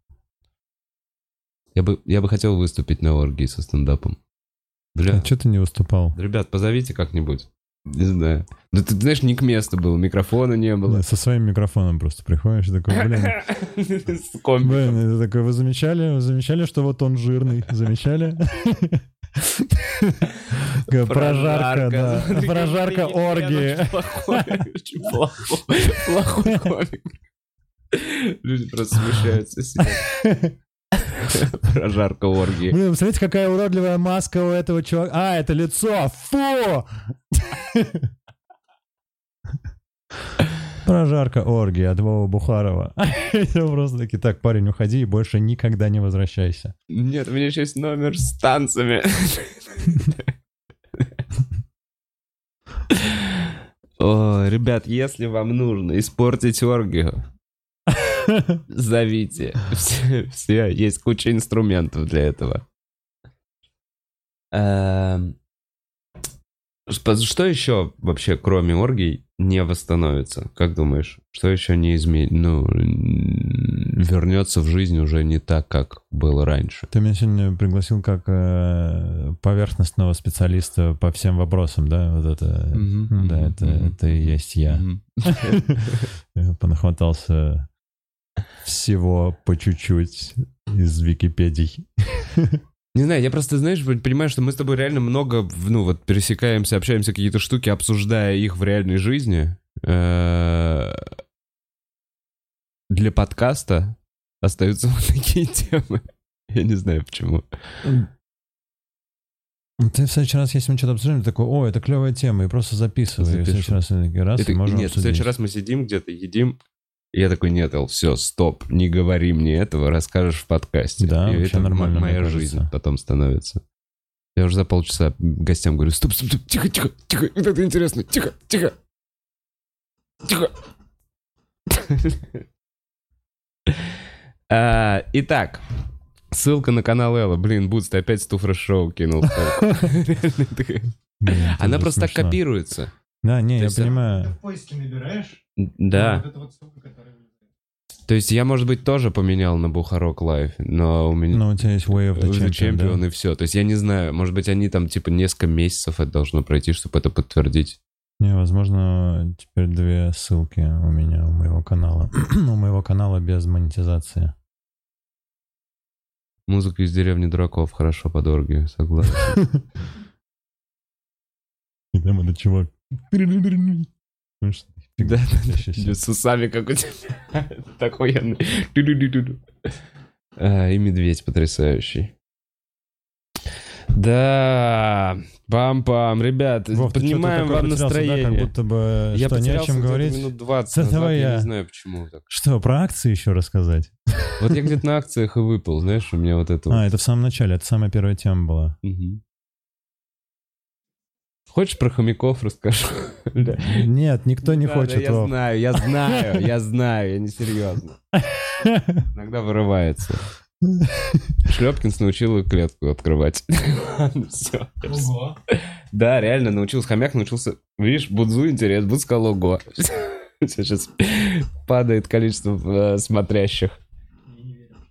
Я бы, я бы хотел выступить на оргии со стендапом. Бля. А что ты не выступал? Ребят, позовите как-нибудь. Не знаю. Да ты, ты знаешь, не к месту был, микрофона не было. Нет, со своим микрофоном просто приходишь и такой, блин. Блин, ты такой, вы замечали, вы замечали, что вот он жирный? Замечали? Прожарка, да. Прожарка оргии. Плохой комик. Люди просто смущаются себе. Прожарка оргии. Блин, посмотрите, какая уродливая маска у этого чувака. А, это лицо! Фу! Прожарка оргии от Вовы Бухарова. Просто таки, так, парень, уходи и больше никогда не возвращайся. Нет, у меня еще есть номер с танцами. О, ребят, если вам нужно испортить оргию, зовите. Все, все, есть куча инструментов для этого. Что еще вообще, кроме оргий, не восстановится? Как думаешь? Что еще не изменится? Ну, вернется в жизнь уже не так, как было раньше. Ты меня сегодня пригласил как э, поверхностного специалиста по всем вопросам, да? Вот это, mm-hmm. да, это, mm-hmm. это и есть я. Mm-hmm. Понахватался всего по чуть-чуть из Википедий. Не знаю, я просто, знаешь, понимаю, что мы с тобой реально много, ну, вот, пересекаемся, общаемся, какие-то штуки, обсуждая их в реальной жизни. Для подкаста остаются вот такие темы. Я не знаю, почему. Ты в следующий раз, если мы что-то обсуждаем, ты такой, о, это клевая тема, и просто записывай. В следующий раз, раз, это, можем нет, в следующий раз мы сидим где-то, едим, И я такой, нет, Эл, все, стоп, не говори мне этого, расскажешь в подкасте. Да, и вообще это нормально, моя мне жизнь кажется. потом становится. Я уже за полчаса гостям говорю, стоп, стоп, стоп, тихо, тихо, тихо, это интересно, тихо, тихо, тихо. А, итак, ссылка на канал Элла. Блин, Бутс, ты опять Стуфра Шоу кинул. Она просто так копируется. Да, не, я есть, понимаю. В поиске набираешь, Да. вот это вот ссылка, которая вылезает. То есть я, может быть, тоже поменял на Бухарок Лайв, но у меня... Но у тебя есть Way of the The Champion, Champion да? и все. То есть я не знаю, может быть, они там типа несколько месяцев это должно пройти, чтобы это подтвердить. Не, возможно, теперь две ссылки у меня, у моего канала. У моего канала без монетизации. Музыка из деревни дураков хорошо под оргию, согласен. И там этот чувак... Да, с усами, как у тебя. Такой охуенный. И медведь потрясающий. Да, пам-пам, ребят, Вов, поднимаем вам настроение. Как будто бы, Я что, не о потерялся чем где-то говорить. минут двадцать Да назад, давай я я. не знаю почему так. Что, про акции еще рассказать? Вот я где-то на акциях и выпал, знаешь, у меня вот это вот. А, это в самом начале, это самая первая тема была. Мгм. Хочешь про хомяков расскажу? Да. Нет, никто не Да, хочет, да, я Вов. знаю, я знаю, я знаю, я не серьезно. Иногда вырывается. Шлепкинс научил клетку открывать. Ладно, все. Ого. Да, реально научился. Хомяк научился. Видишь, Будзу интерес, Будз сказал ого. Сейчас падает количество э, смотрящих. Я не верю.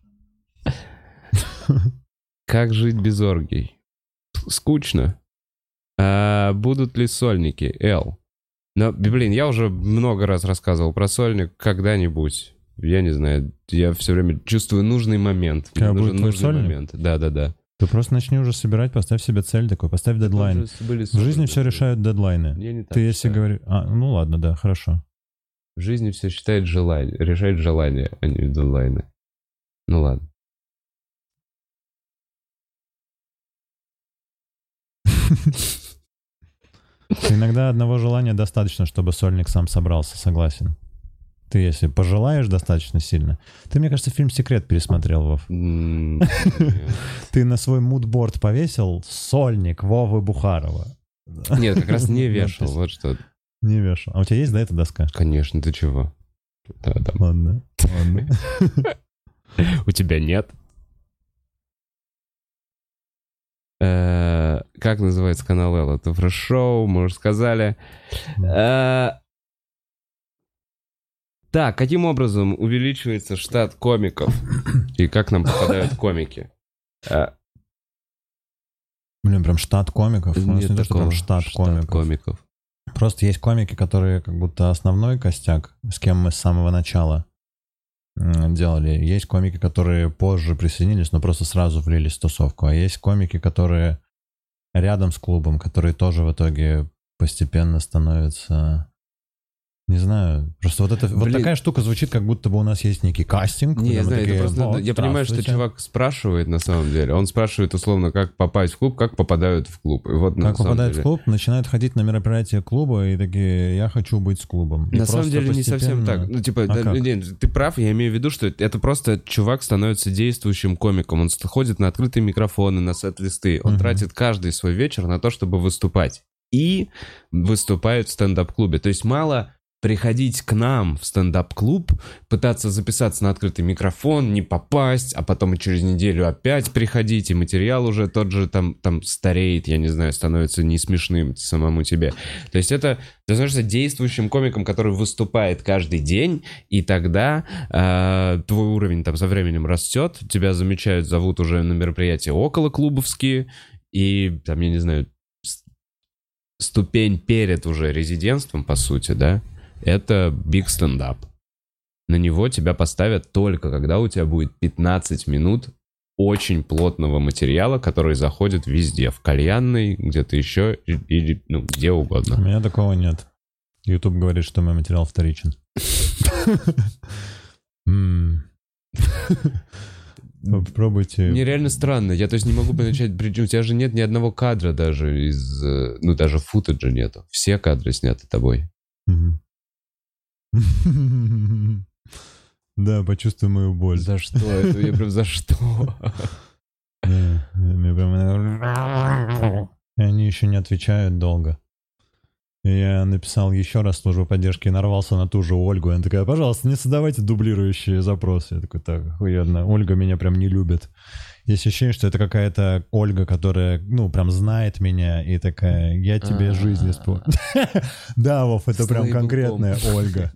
Как жить без оргий? Скучно. А будут ли сольники? Эл. Но, блин, я уже много раз рассказывал про сольник. Когда-нибудь. Я не знаю. Я все время чувствую нужный момент. Мне Когда нужен будет твой нужный сольник? момент. Да-да-да. Ты просто начни уже собирать, поставь себе цель такой, поставь дедлайн. В жизни все решают дедлайны. Я не так Ты если считаю. говоришь... А, ну ладно, да, хорошо. В жизни все считает желание, решает желание, а не дедлайны. Ну ладно. Иногда одного желания достаточно, чтобы сольник сам собрался, согласен. Ты если пожелаешь достаточно сильно... Ты, мне кажется, фильм «Секрет» пересмотрел, Вов. М, нет. Ты на свой мудборд повесил сольник Вовы Бухарова. Нет, как раз не вешал, Надпись. вот что. Не вешал. А у тебя есть, да, эта доска? Конечно, ты чего? Да, да. Ладно, ладно. У тебя нет? Э, Как называется канал Элла? Это фреш-шоу, мы уже сказали. Э, Так, каким образом увеличивается штат комиков? И как нам попадают комики? Э, Блин, прям штат комиков. У нас Нет не то, что такого. прям штат комиков. комиков. Просто есть комики, которые как будто основной костяк, с кем мы с самого начала м, делали. Есть комики, которые позже присоединились, но просто сразу влились в тусовку. А есть комики, которые рядом с клубом, которые тоже в итоге постепенно становятся... Не знаю, просто вот, это, вот Блин. такая штука звучит, как будто бы у нас есть некий кастинг. Не, куда я мы знаю, это такие, просто... «Вот, Я понимаю, что здравствуйте». чувак спрашивает на самом деле. Он спрашивает условно, как попасть в клуб, как попадают в клуб. И вот, на Как самом попадают в деле- клуб, начинают ходить на мероприятия клуба и такие, я хочу быть с клубом. И На самом просто деле не совсем постепенно- так. Ну, типа, А да, как? не, ты прав, я имею в виду, что это просто чувак становится действующим комиком. Он ходит на открытые микрофоны, на сет-листы. Он Мгм. тратит каждый свой вечер на то, чтобы выступать. И выступает в стендап-клубе. То есть мало приходить к нам в стендап-клуб, пытаться записаться на открытый микрофон, не попасть, а потом и через неделю опять приходить, и материал уже тот же там, там стареет, я не знаю, становится не смешным самому тебе. То есть это, ты становишься действующим комиком, который выступает каждый день, и тогда э, твой уровень там со временем растет, тебя замечают, зовут уже на мероприятия около клубовские, и там, я не знаю, с- ступень перед уже резидентством, по сути, да, это big stand-up. На него тебя поставят только, когда у тебя будет пятнадцать минут очень плотного материала, который заходит везде. В кальянной, где-то еще, и- или ну, где У угодно. меня такого нет. YouTube говорит, что мой материал вторичен. М. Попробуйте. Мне реально странно. Я то есть не могу начать... Причем у тебя же нет ни одного кадра даже из... э, Ну, даже футажа нету. Все кадры сняты тобой. Мгм. Да, почувствуй мою боль. За что? Это я прям за что? Да, мне прям... И они еще не отвечают долго. И я написал еще раз службу поддержки и нарвался на ту же Ольгу. И она такая, пожалуйста, не создавайте дублирующие запросы. Я такой, так, охуенно. Ольга меня прям не любит. Есть ощущение, что это какая-то Ольга, которая, ну, прям знает меня и такая, я тебе жизнь испортил. Да, Вов, это прям конкретная Ольга.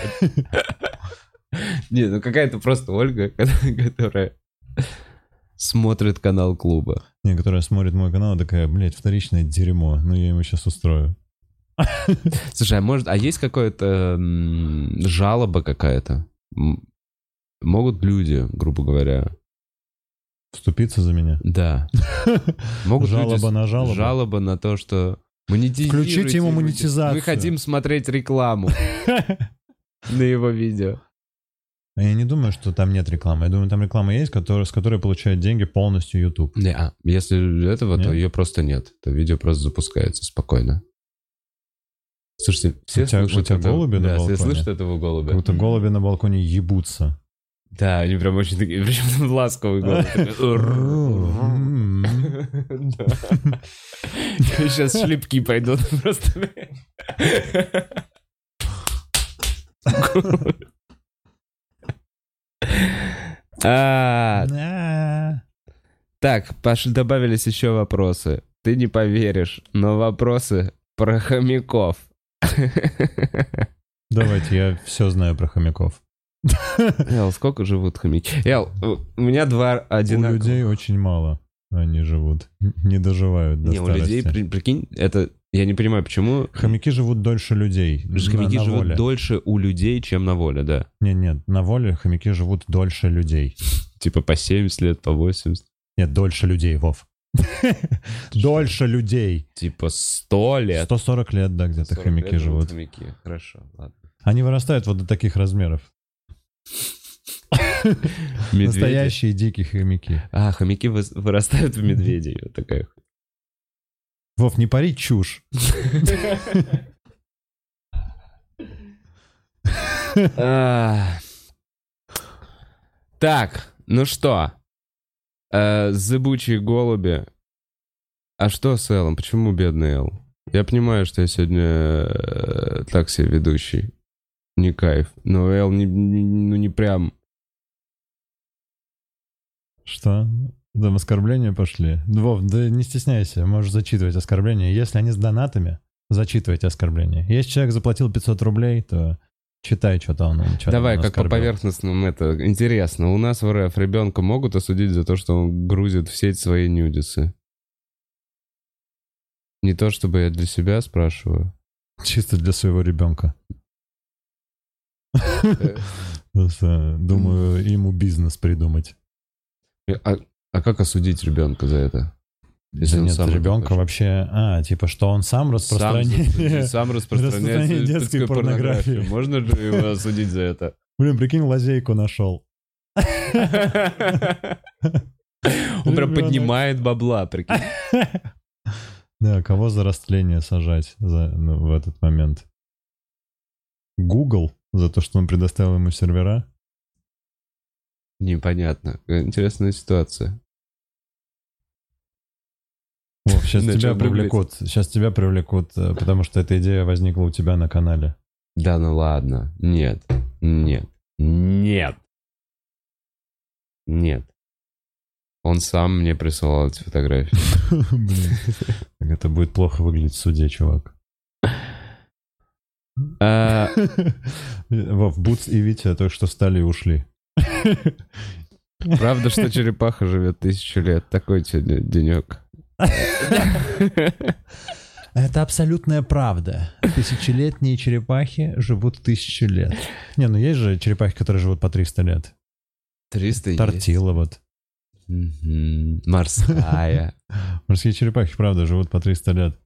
Не, ну какая-то просто Ольга, которая смотрит канал клуба. Не, которая смотрит мой канал, такая, блядь, вторичное дерьмо. Ну, я ему сейчас устрою. Слушай, а может, а есть какая-то м, жалоба какая-то? М, Могут люди, грубо говоря... Вступиться за меня? Да. Могут Жалоба люди... на жалобу? Жалоба на то, что... Монетизируйте. Включите ему монетизацию. Мы хотим смотреть рекламу на его видео. А я не думаю, что там нет рекламы. Я думаю, там реклама есть, которая, с которой получает деньги полностью YouTube. Не, а если этого, Нет? то ее просто нет. То видео просто запускается спокойно. Слушайте, все У тебя- слышат у тебя это- голуби на да, все балконе? слышат этого голубя? Как будто голуби на балконе ебутся. Да, они прям очень такие, причем ласковый голубь. Сейчас шлепки пойдут просто. А, А. Так, пошли, добавились еще вопросы. Ты не поверишь, но вопросы про хомяков. Давайте, я все знаю про хомяков. Эл, сколько живут хомяки? Эл, у меня два У одинаковых. людей очень мало они живут. Не доживают до Не, у людей, старости. при- прикинь, это... Я не понимаю, почему... Хомяки живут дольше людей. Потому что хомяки на, на живут воле. дольше у людей, чем на воле, да. Нет, нет, на воле хомяки живут дольше людей. Типа по семьдесят лет, по восемьдесят. Нет, дольше людей, Вов. Дольше людей. Типа сто лет. сто сорок лет, да, где-то сорок хомяки лет живут. Хомяки, хорошо, ладно. Они вырастают вот до таких размеров. Медведи. Настоящие дикие хомяки. А, хомяки выс- вырастают в медведей. Вот такая. Вов, не пари чушь. А. Так, ну что? Э, Зыбучие голуби. А что с Эллом? Почему бедный Эл? Я понимаю, что я сегодня э, так себе ведущий. Не кайф. Но Эл не, не- ну не прям... Что? Там оскорбления пошли? Вов, да не стесняйся, можешь зачитывать оскорбления. Если они с донатами, зачитывайте оскорбления. Если человек заплатил пятьсот рублей, то читай, что-то он. что Давай, он как по оскорбил. поверхностному это интересно. У нас в РФ ребенка могут осудить за то, что он грузит в сеть свои нюдисы? Не то, чтобы я для себя спрашиваю. Чисто для своего ребенка. Просто думаю, ему бизнес придумать. А, а как осудить ребенка за это? Если Да он нет, сам ребенка это вообще... А, типа, что он сам Сам, распространяет... сам распространяет распространение детской детскую порнографию. порнографии. Можно же его осудить за это? Блин, прикинь, лазейку нашел. Он прям Ребенок. поднимает бабла, прикинь. Да, кого за растление сажать за, ну, в этот момент? Google за то, что он предоставил ему сервера? Непонятно. Интересная ситуация. Вов, сейчас Начал тебя гуглить. привлекут. Сейчас тебя привлекут, э, потому что эта идея возникла у тебя на канале. Да ну ладно. Нет. Нет. Нет. Нет. Он сам мне присылал эти фотографии. Блин. Так это будет плохо выглядеть в суде, чувак. А, Вов, Буц и Витя только что встали и ушли. Правда, что черепаха живет тысячу лет? Такой сегодня денек. Это абсолютная правда. Тысячелетние черепахи живут тысячу лет. Не, ну есть же черепахи, которые живут по триста лет. триста есть. Тортила вот. Мгм. Морская. Морские черепахи, правда, живут по триста лет.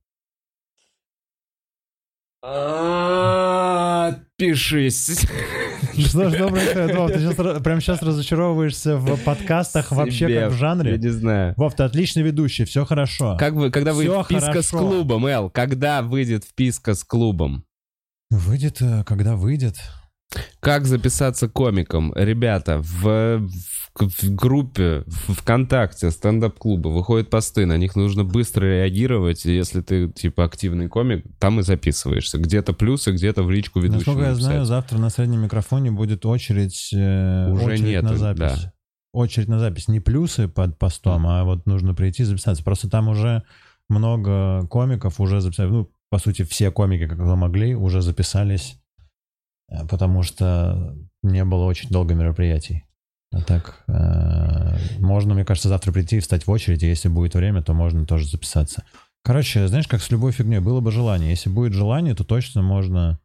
А, Пишись. Что ж, доброе утро, Вов, ты сейчас, ра- прямо сейчас разочаровываешься в подкастах вообще Себе. как в Я жанре? не знаю. Вов, ты отличный ведущий, все хорошо. Как вы, когда выйдет Всё вписка с хорошо. клубом, Эл? Когда выйдет вписка с клубом? Выйдет, э, когда выйдет. Как записаться комиком? Ребята, в, в, в группе в ВКонтакте стендап-клуба выходят посты, на них нужно быстро реагировать, и если ты, типа, активный комик, там и записываешься. Где-то плюсы, где-то в личку ведущему Насколько я написать. знаю, завтра на среднем микрофоне будет очередь, э, Уже очередь нету, на запись. да. Очередь на запись. Не плюсы под постом, а вот нужно прийти и записаться. Просто там уже много комиков уже записали. Ну, по сути, все комики, как вы могли, уже записались, потому что не было очень долго мероприятий. А так, э, можно, мне кажется, завтра прийти и встать в очередь, и если будет время, то можно тоже записаться. Короче, знаешь, как с любой фигней, было бы желание. Если будет желание, то точно можно...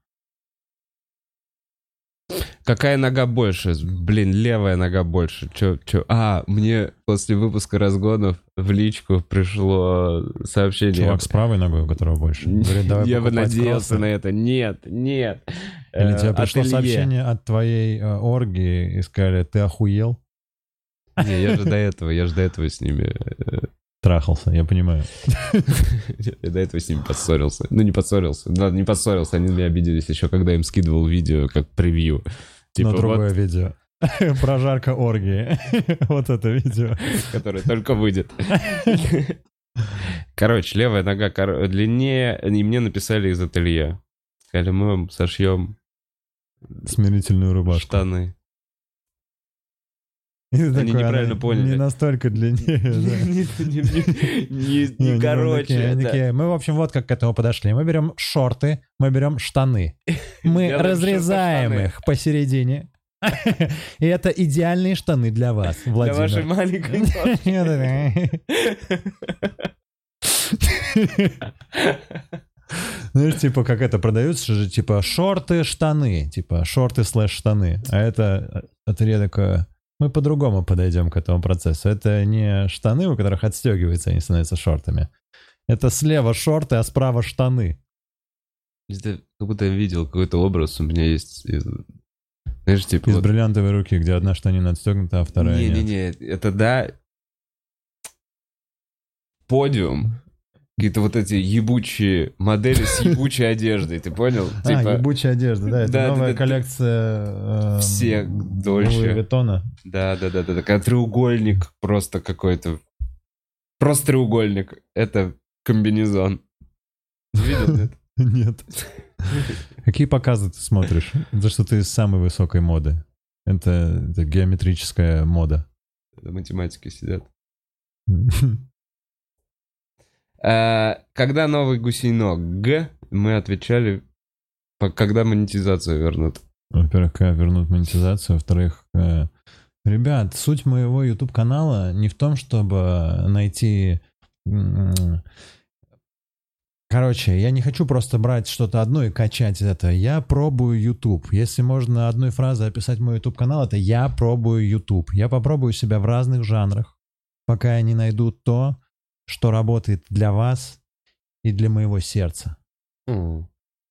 Какая нога больше? Блин, левая нога больше. Чё, чё? А, мне после выпуска разгонов в личку пришло сообщение. Чувак с правой ногой, у которого больше. Говорит, давай Я бы покупать надеялся кроссы. на это. Нет, нет. Или Э, тебе пришло ателье. сообщение от твоей э, оргии и сказали, ты охуел? Не, я же до этого, я же до этого с ними... э, Трахался, я понимаю. Я до этого с ними поссорился. Ну, не поссорился. Да, не поссорился. Они меня обиделись еще, когда им скидывал видео как превью. Типа Но другое вот, видео. Прожарка оргии. Вот это видео. которое только выйдет. Короче, левая нога кор- длиннее, и мне написали из ателье. Сказали, мы вам сошьем Смирительную рубашку. штаны. И ты Они такой, неправильно она поняли. Не настолько длиннее. да. Не- не- не- не- Не, Не они короче. такие, они да. такие, мы, в общем, вот как к этому подошли. Мы берем шорты, мы берем штаны. Мы Делаем разрезаем шорты-штаны. их посередине. И это идеальные штаны для вас, Для Владимир. вашей маленькой ножки. Знаешь, типа, как это продаются же, типа, шорты, штаны, типа, шорты слэш штаны. А это ателье такое, мы по-другому подойдем к этому процессу. Это не штаны, у которых отстегиваются, они становятся шортами. Это слева шорты, а справа штаны. Это как будто я видел какой-то образ у меня есть. из- Знаешь, типа... Из вот- бриллиантовой руки, где одна штанина отстегнута, а вторая нет. Не-не-не, это да... Подиум. Какие-то вот эти ебучие модели с ебучей одеждой, ты понял? А, Типа, ебучая одежда, да, это Да, новая да, да, коллекция эм, Все дольше. Луи Виттона. да-да-да, такая треугольник просто какой-то. Просто треугольник. Это комбинезон. Видел, нет? Нет. Какие показы ты смотришь? Это что ты из самой высокой моды. Это, это геометрическая мода. Это математики сидят. А, когда новый гусейнок? Г. Мы отвечали, по- когда монетизацию вернут. Во-первых, когда вернут монетизацию. Во-вторых, э, ребят, суть моего YouTube-канала не в том, чтобы найти... м, Короче, я не хочу просто брать что-то одно и качать это. Я пробую YouTube. Если можно одной фразой описать мой YouTube-канал, это «Я пробую YouTube». Я попробую себя в разных жанрах, пока я не найду то, что работает для вас и для моего сердца. М.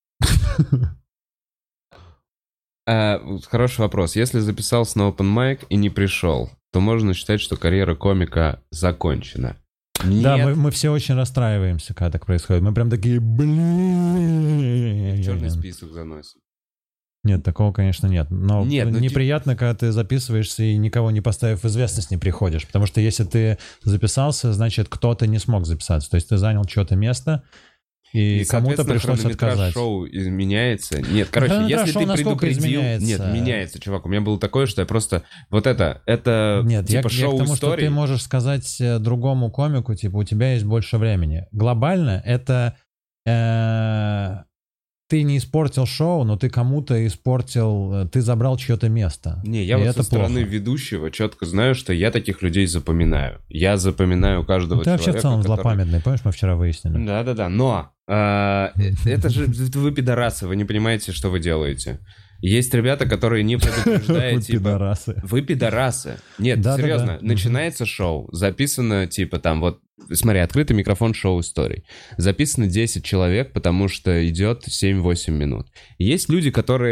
А, вот хороший вопрос. Если записался на open mic и не пришел, то можно считать, что карьера комика закончена. Нет. Да, мы, мы все очень расстраиваемся, когда так происходит. Мы прям такие, блин. Черный список заносим. Нет, такого, конечно, нет. Но Нет, ну, неприятно, когда ты записываешься и никого не поставив в известность не приходишь. Потому что если ты записался, значит, кто-то не смог записаться. То есть ты занял чье-то место, и, И, кому-то соответственно, пришлось хронометраж отказать. шоу изменяется. Нет, короче, Хронометраж если шоу ты насколько предупредил... изменяется? Нет, меняется, чувак. У меня было такое, что я просто... Вот это, это Нет, я, типа я к тому, что шоу-истории. ты можешь сказать э, другому комику, типа, у тебя есть больше времени. Глобально это э, ты не испортил шоу, но ты кому-то испортил, э, ты забрал чье-то место. Не, я И вот это со стороны плохо. ведущего четко знаю, что я таких людей запоминаю. Я запоминаю каждого Ты человека. вообще в целом который- злопамятный, помнишь, мы вчера выяснили? Да-да-да, но а, э, это же вы пидорасы, вы не понимаете, что вы делаете. Есть ребята, которые не предупреждая, Вы типа... пидорасы. Вы пидорасы. Нет, Да-да-да. серьезно, Мгм. начинается шоу, записано, типа, там, вот, смотри, открытый микрофон шоу-историй. Записано десять человек, потому что идет семь-восемь минут. Есть люди, которые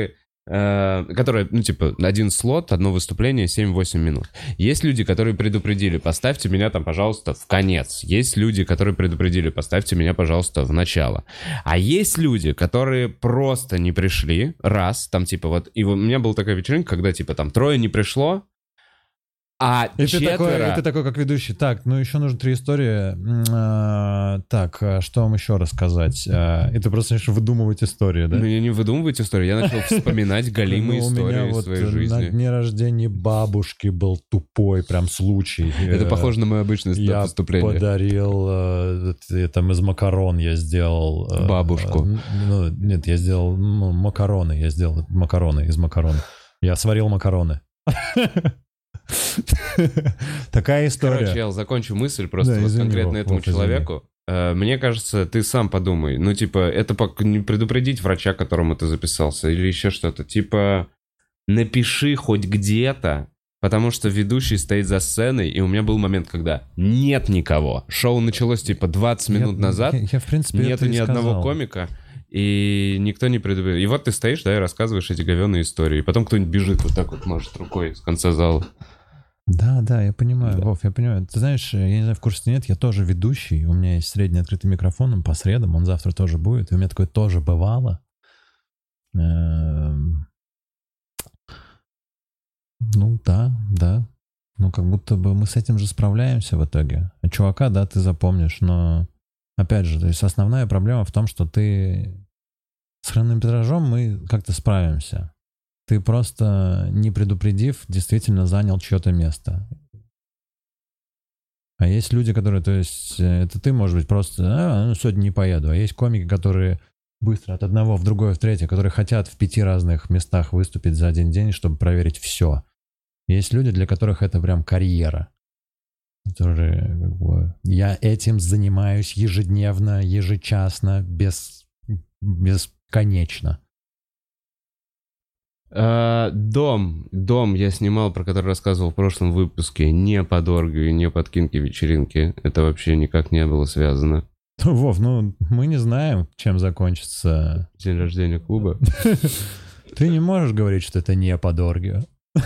э, которая, ну, типа, один слот, одно выступление, семь-восемь минут. Есть люди, которые предупредили, поставьте меня там, пожалуйста, в конец. Есть люди, которые предупредили, поставьте меня, пожалуйста, в начало. А есть люди, которые просто не пришли, раз, там, типа, вот, и у меня была такая вечеринка, когда, типа, там, трое не пришло, а И четверо... ты, такой, и ты такой, как ведущий. Так, ну еще нужно три истории. А, так, а что вам еще рассказать? А, и ты просто начнешь выдумывать истории, да? Ну, я не выдумывать историю, я начал вспоминать галимые Ну, у меня истории вот своей на жизни. дне рождения бабушки был тупой прям случай. Это Э, похоже на мое обычное Я выступление. подарил, э, э, там из макарон я сделал... э, Бабушку. э, ну, нет, я сделал ну, макароны, я сделал макароны из макарон. Я сварил макароны. Такая история. Короче, я закончу мысль просто Да, вот извини, конкретно Вов, этому Вов, извини. человеку. Э, Мне кажется, ты сам подумай. Ну, типа, это пок- не предупредить врача, к которому ты записался, или еще что-то. Типа, напиши хоть где-то, потому что ведущий стоит за сценой, и у меня был момент, когда нет никого. Шоу началось, типа, двадцать минут Я- назад, Я, я, в принципе, нету это и ни одного сказал. комика, и никто не предупредил. И вот ты стоишь, да, и рассказываешь эти говёные истории. И потом кто-нибудь бежит вот так вот, машет рукой с конца зала. Да, да, я понимаю, Да. Вов, я понимаю. Ты знаешь, я не знаю, в курсе ты нет, я тоже ведущий, у меня есть средний открытый микрофон, он по средам, он завтра тоже будет, и у меня такое тоже бывало. Эм, Ну да, да. Ну как будто бы мы с этим же справляемся в итоге. А чувака, да, ты запомнишь, но опять же, то есть основная проблема в том, что ты с хронометражом мы как-то справимся. Ты просто, не предупредив, действительно занял чье-то место. А есть люди, которые, то есть, э, это ты, может быть, просто, а, ну, сегодня не поеду. А есть комики, которые быстро от одного в другое, в третье, которые хотят в пяти разных местах выступить за один день, чтобы проверить все. Есть люди, для которых это прям карьера. Которые, как бы, я этим занимаюсь ежедневно, ежечасно, без, бесконечно. А, Дом. Дом я снимал, про который рассказывал в прошлом выпуске. Не под оргию, не под кинки-вечеринки. Это вообще никак не было связано. Вов, ну мы не знаем, чем закончится. День рождения клуба. Ты не можешь говорить, что это не под оргию.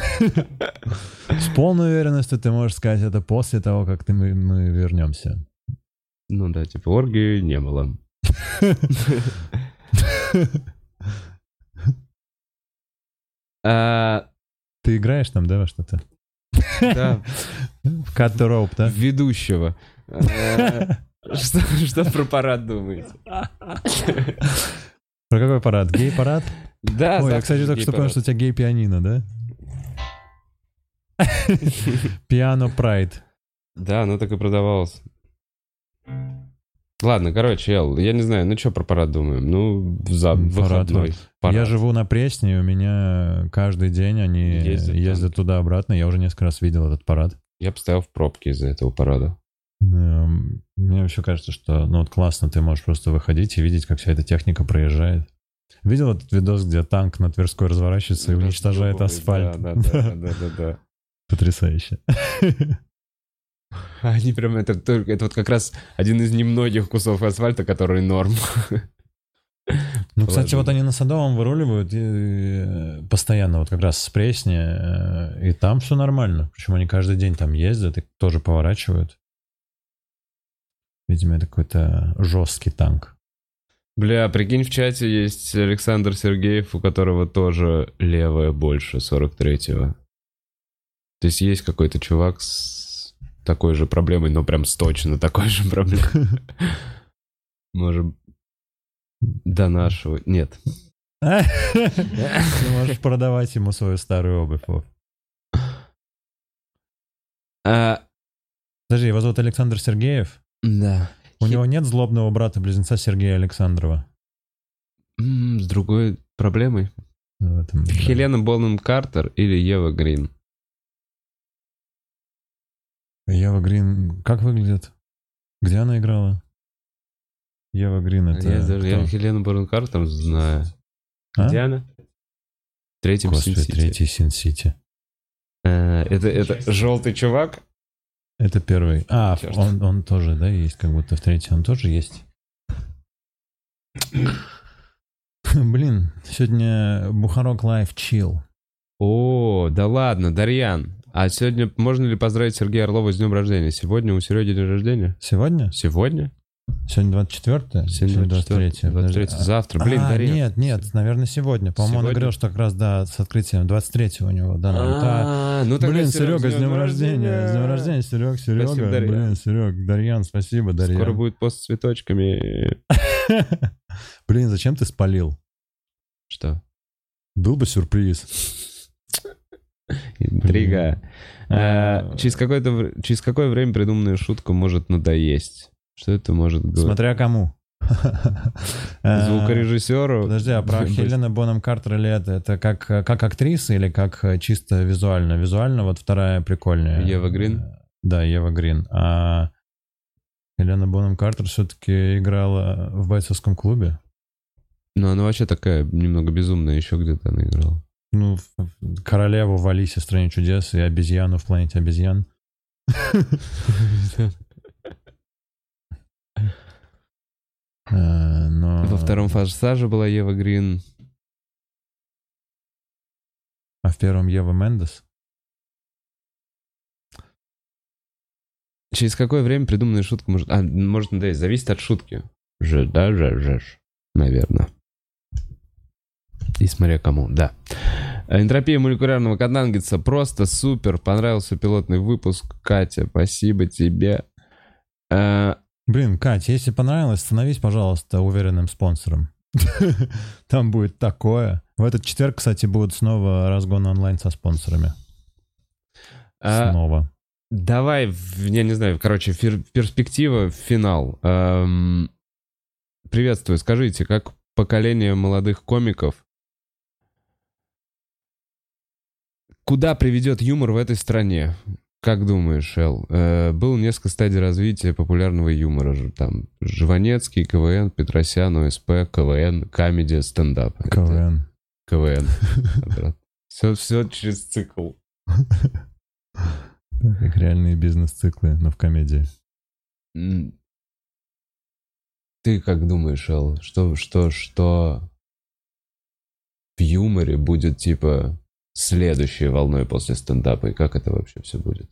С полной уверенностью ты можешь сказать это после того, как ты, мы, мы вернемся. Ну да, типа оргии не было. А, Ты играешь там, да, во что-то? да, В Cut the Rope, да? ведущего. А, Что, что про парад думаете? Про какой парад? Гей-парад? Да, Ой, я, завтра кстати, же только что понял, гей-парад. что у тебя гей-пианино, да? Пиано Прайд. Да, оно так и продавалось. Ладно, короче, Эл, я не знаю, ну что про парад думаем? Ну, за М, парад, выходной. Я Парад. живу на Пресне, и у меня каждый день они Ездят ездят, там. туда-обратно. Я уже несколько раз видел этот парад. Я постоял в пробке из-за этого парада. Эм, Мне вообще кажется, что ну вот классно, ты можешь просто выходить и видеть, как вся эта техника проезжает. Видел этот видос, где танк на Тверской разворачивается и уничтожает асфальт? Да, да, да, да, да, да. Потрясающе. Они прям, это, только- это вот как раз один из немногих кусов асфальта, который норм. Ну, кстати, Положили. вот они на Садовом выруливают и, э, постоянно, вот как раз с Пресни, э, и там все нормально. Причем они каждый день там ездят и тоже поворачивают. Видимо, это какой-то жесткий танк. Бля, прикинь, в чате есть Александр Сергеев, у которого тоже левая больше сорок третьего. То есть есть какой-то чувак с такой же проблемой, но прям с точно такой же проблемой. Может, до нашего... Нет. Ты можешь продавать ему свою старую обувь. Вов. А, Подожди, его зовут Александр Сергеев? да. У него нет злобного брата-близнеца Сергея Александрова? М, С другой проблемой. В этом, да. Хелена Бонем Картер или Ева Грин? Ева Грин как выглядит? Где она играла? Ева Грин это Я даже я кто? Хелену Бонем Картер знаю. А? Где она? В третьем Господи, Син-Сити. третий Син-Сити. Э, Это, это желтый чувак? Это первый. А, Чёрт. он, он тоже, да, есть, как будто в третьем он тоже есть. Блин, сегодня Бухарок Лайв чил. О, да ладно, Дарьян. А сегодня можно ли поздравить Сергея Орлова с днем рождения? Сегодня у Сереги день рождения? Сегодня? Сегодня? Сегодня двадцать четвёртое? Сегодня двадцать третье. двадцать третье. Завтра. Блин, а, Дарьян. нет, нет, наверное, сегодня. По-моему, он Сегодня? говорил, что как раз, да, с открытием двадцать третьего у него. Да, наверное. Да. А, ну тогда, Блин, Серег, Серега, с днем рождения. С днем рождения, Серег, Серега. Спасибо, Дарьян. Блин, Серег, Дарьян, спасибо, Дарьян. Скоро будет пост с цветочками. Блин, зачем ты спалил? Что? Был бы сюрприз. Интрига. А, А, через, какое-то, вр- через какое время придуманная шутка может надоесть? Что это может быть? Смотря кому. А, Звукорежиссеру? Подожди, а про Хелену Бонем Картер или это? Это как, как актриса или как чисто визуально? Визуально вот вторая прикольная. Ева Грин? Да, Ева Грин. А Хелена Бонем Картер все-таки играла в бойцовском клубе. Ну, она вообще такая немного безумная, еще где-то она играла. Ну, в- королеву в Алисе в стране чудес и обезьяну в планете обезьян. Э, Но... Во втором «Форсаже» была Ева Грин. А в первом Ева Мендес? Через какое время придуманная шутка может... А, может надоесть. Зависит от шутки. Же, да, же, же, ж. Наверное. И смотря кому, да. Энтропия молекулярного катангенса просто супер. Понравился пилотный выпуск. Катя, спасибо тебе. А, Блин, Кать, если понравилось, становись, пожалуйста, уверенным спонсором. Там будет такое. В этот четверг, кстати, будут снова разгоны онлайн со спонсорами. а, Снова. Давай, в- я не знаю, короче, фер- перспектива, финал. Эм, приветствую, скажите, как поколение молодых комиков, куда приведет юмор в этой стране? Как думаешь, Эл? Э, было несколько стадий развития популярного юмора. Ж- Там Жванецкий, КВН, Петросян, ОСП, КВН, комедия, стендап. Это КВН. КВН. Все, все через цикл. Как реальные бизнес-циклы, но в комедии. М. Ты как думаешь, Эл, что, что, что в юморе будет, типа, следующей волной после стендапа, и как это вообще все будет?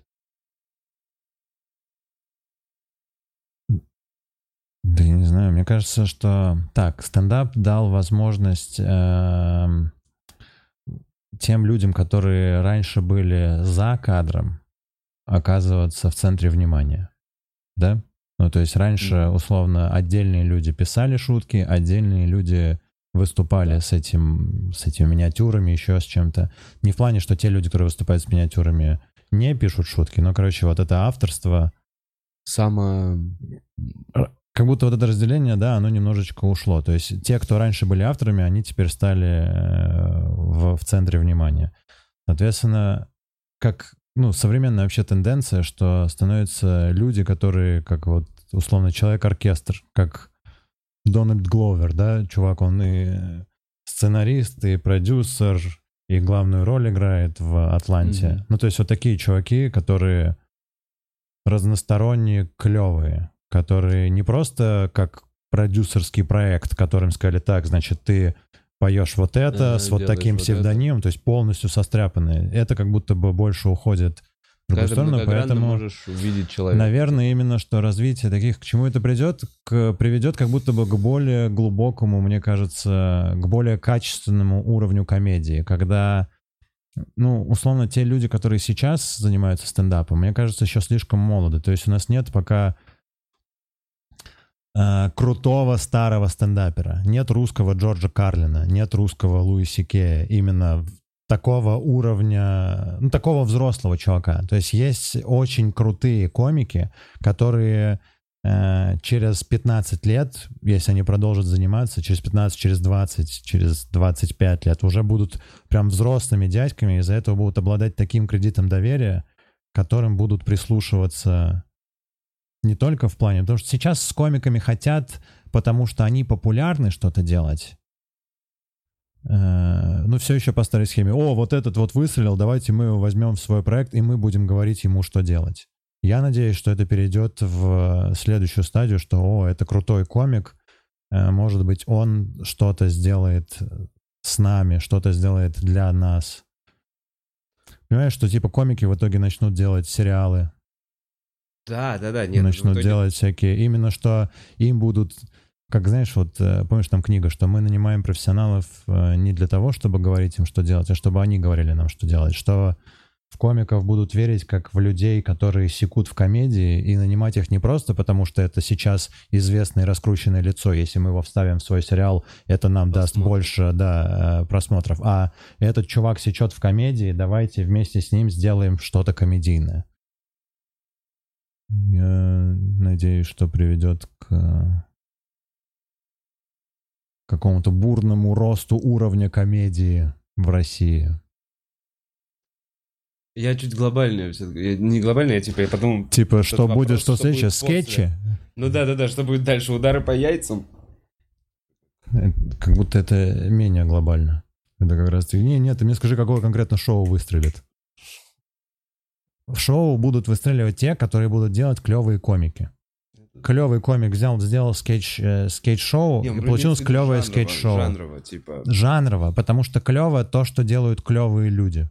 Да я не знаю, мне кажется, что... Так, стендап дал возможность эм, тем людям, которые раньше были за кадром, оказываться в центре внимания. Да? Ну, то есть раньше, условно, отдельные люди писали шутки, отдельные люди выступали с этим, с этими миниатюрами, еще с чем-то. Не в плане, что те люди, которые выступают с миниатюрами, не пишут шутки, но, короче, вот это авторство, Само... как будто вот это разделение, да, оно немножечко ушло. То есть те, кто раньше были авторами, они теперь стали э, в, в центре внимания. Соответственно, как, ну, современная вообще тенденция, что становятся люди, которые, как вот, условно, человек-оркестр, как Дональд Гловер, да, чувак, он и сценарист, и продюсер, и главную роль играет в «Атланте». Мгм. Ну, то есть вот такие чуваки, которые разносторонние, клевые, которые не просто как продюсерский проект, которым сказали, так, значит, ты поешь вот это Ага, с вот делаешь таким вот псевдонимом, то есть полностью состряпанные. Это как будто бы больше уходит в другую Как сторону, многогранно поэтому... можешь увидеть человека. Наверное, именно что развитие таких, к чему это придет, к, приведет как будто бы к более глубокому, мне кажется, к более качественному уровню комедии, когда, ну, условно, те люди, которые сейчас занимаются стендапом, мне кажется, еще слишком молоды. То есть у нас нет пока э, крутого старого стендапера, нет русского Джорджа Карлина, нет русского Луи Си Кея, именно такого уровня, ну, такого взрослого чувака. То есть есть очень крутые комики, которые э, через пятнадцать лет, если они продолжат заниматься, через пятнадцать, через двадцать, через двадцать пять лет уже будут прям взрослыми дядьками, и из-за этого будут обладать таким кредитом доверия, которым будут прислушиваться не только в плане... Потому что сейчас с комиками хотят, потому что они популярны, что-то делать. Ну, все еще по старой схеме. О, вот этот вот выстрелил, давайте мы его возьмем в свой проект, и мы будем говорить ему, что делать. Я надеюсь, что это перейдет в следующую стадию, что, о, это крутой комик, э, может быть, он что-то сделает с нами, что-то сделает для нас. Понимаешь, что типа комики в итоге начнут делать сериалы, Да, да, да. Нет, начнут в итоге- делать всякие... Именно что им будут... Как знаешь, вот э, помнишь там книга, что мы нанимаем профессионалов э, не для того, чтобы говорить им, что делать, а чтобы они говорили нам, что делать. Что в комиков будут верить как в людей, которые секут в комедии, и нанимать их не просто потому, что это сейчас известное и раскрученное лицо. Если мы его вставим в свой сериал, это нам даст Просмотров. больше, да, э, просмотров. А этот чувак сечет в комедии, давайте вместе с ним сделаем что-то комедийное. Я надеюсь, что приведет к какому-то бурному росту уровня комедии в России. Я чуть глобальнее все-таки. Я не глобальнее, я типа, я подумал... Типа, этот что будет, вопрос, что что следующее? будет после. Скетчи? Ну да-да-да, что будет дальше? Удары по яйцам? Э, Как будто это менее глобально. Это как раз... Не, нет, ты мне скажи, какое конкретно шоу выстрелит. В шоу будут выстреливать те, которые будут делать клевые комики. Клевый комик взял, сделал скетч, э, скетч-шоу, Не, и ну, получилось имеется в виду клевое жанрово- скетч-шоу. Жанрово, типа... Жанрово, потому что клево то, что делают клевые люди.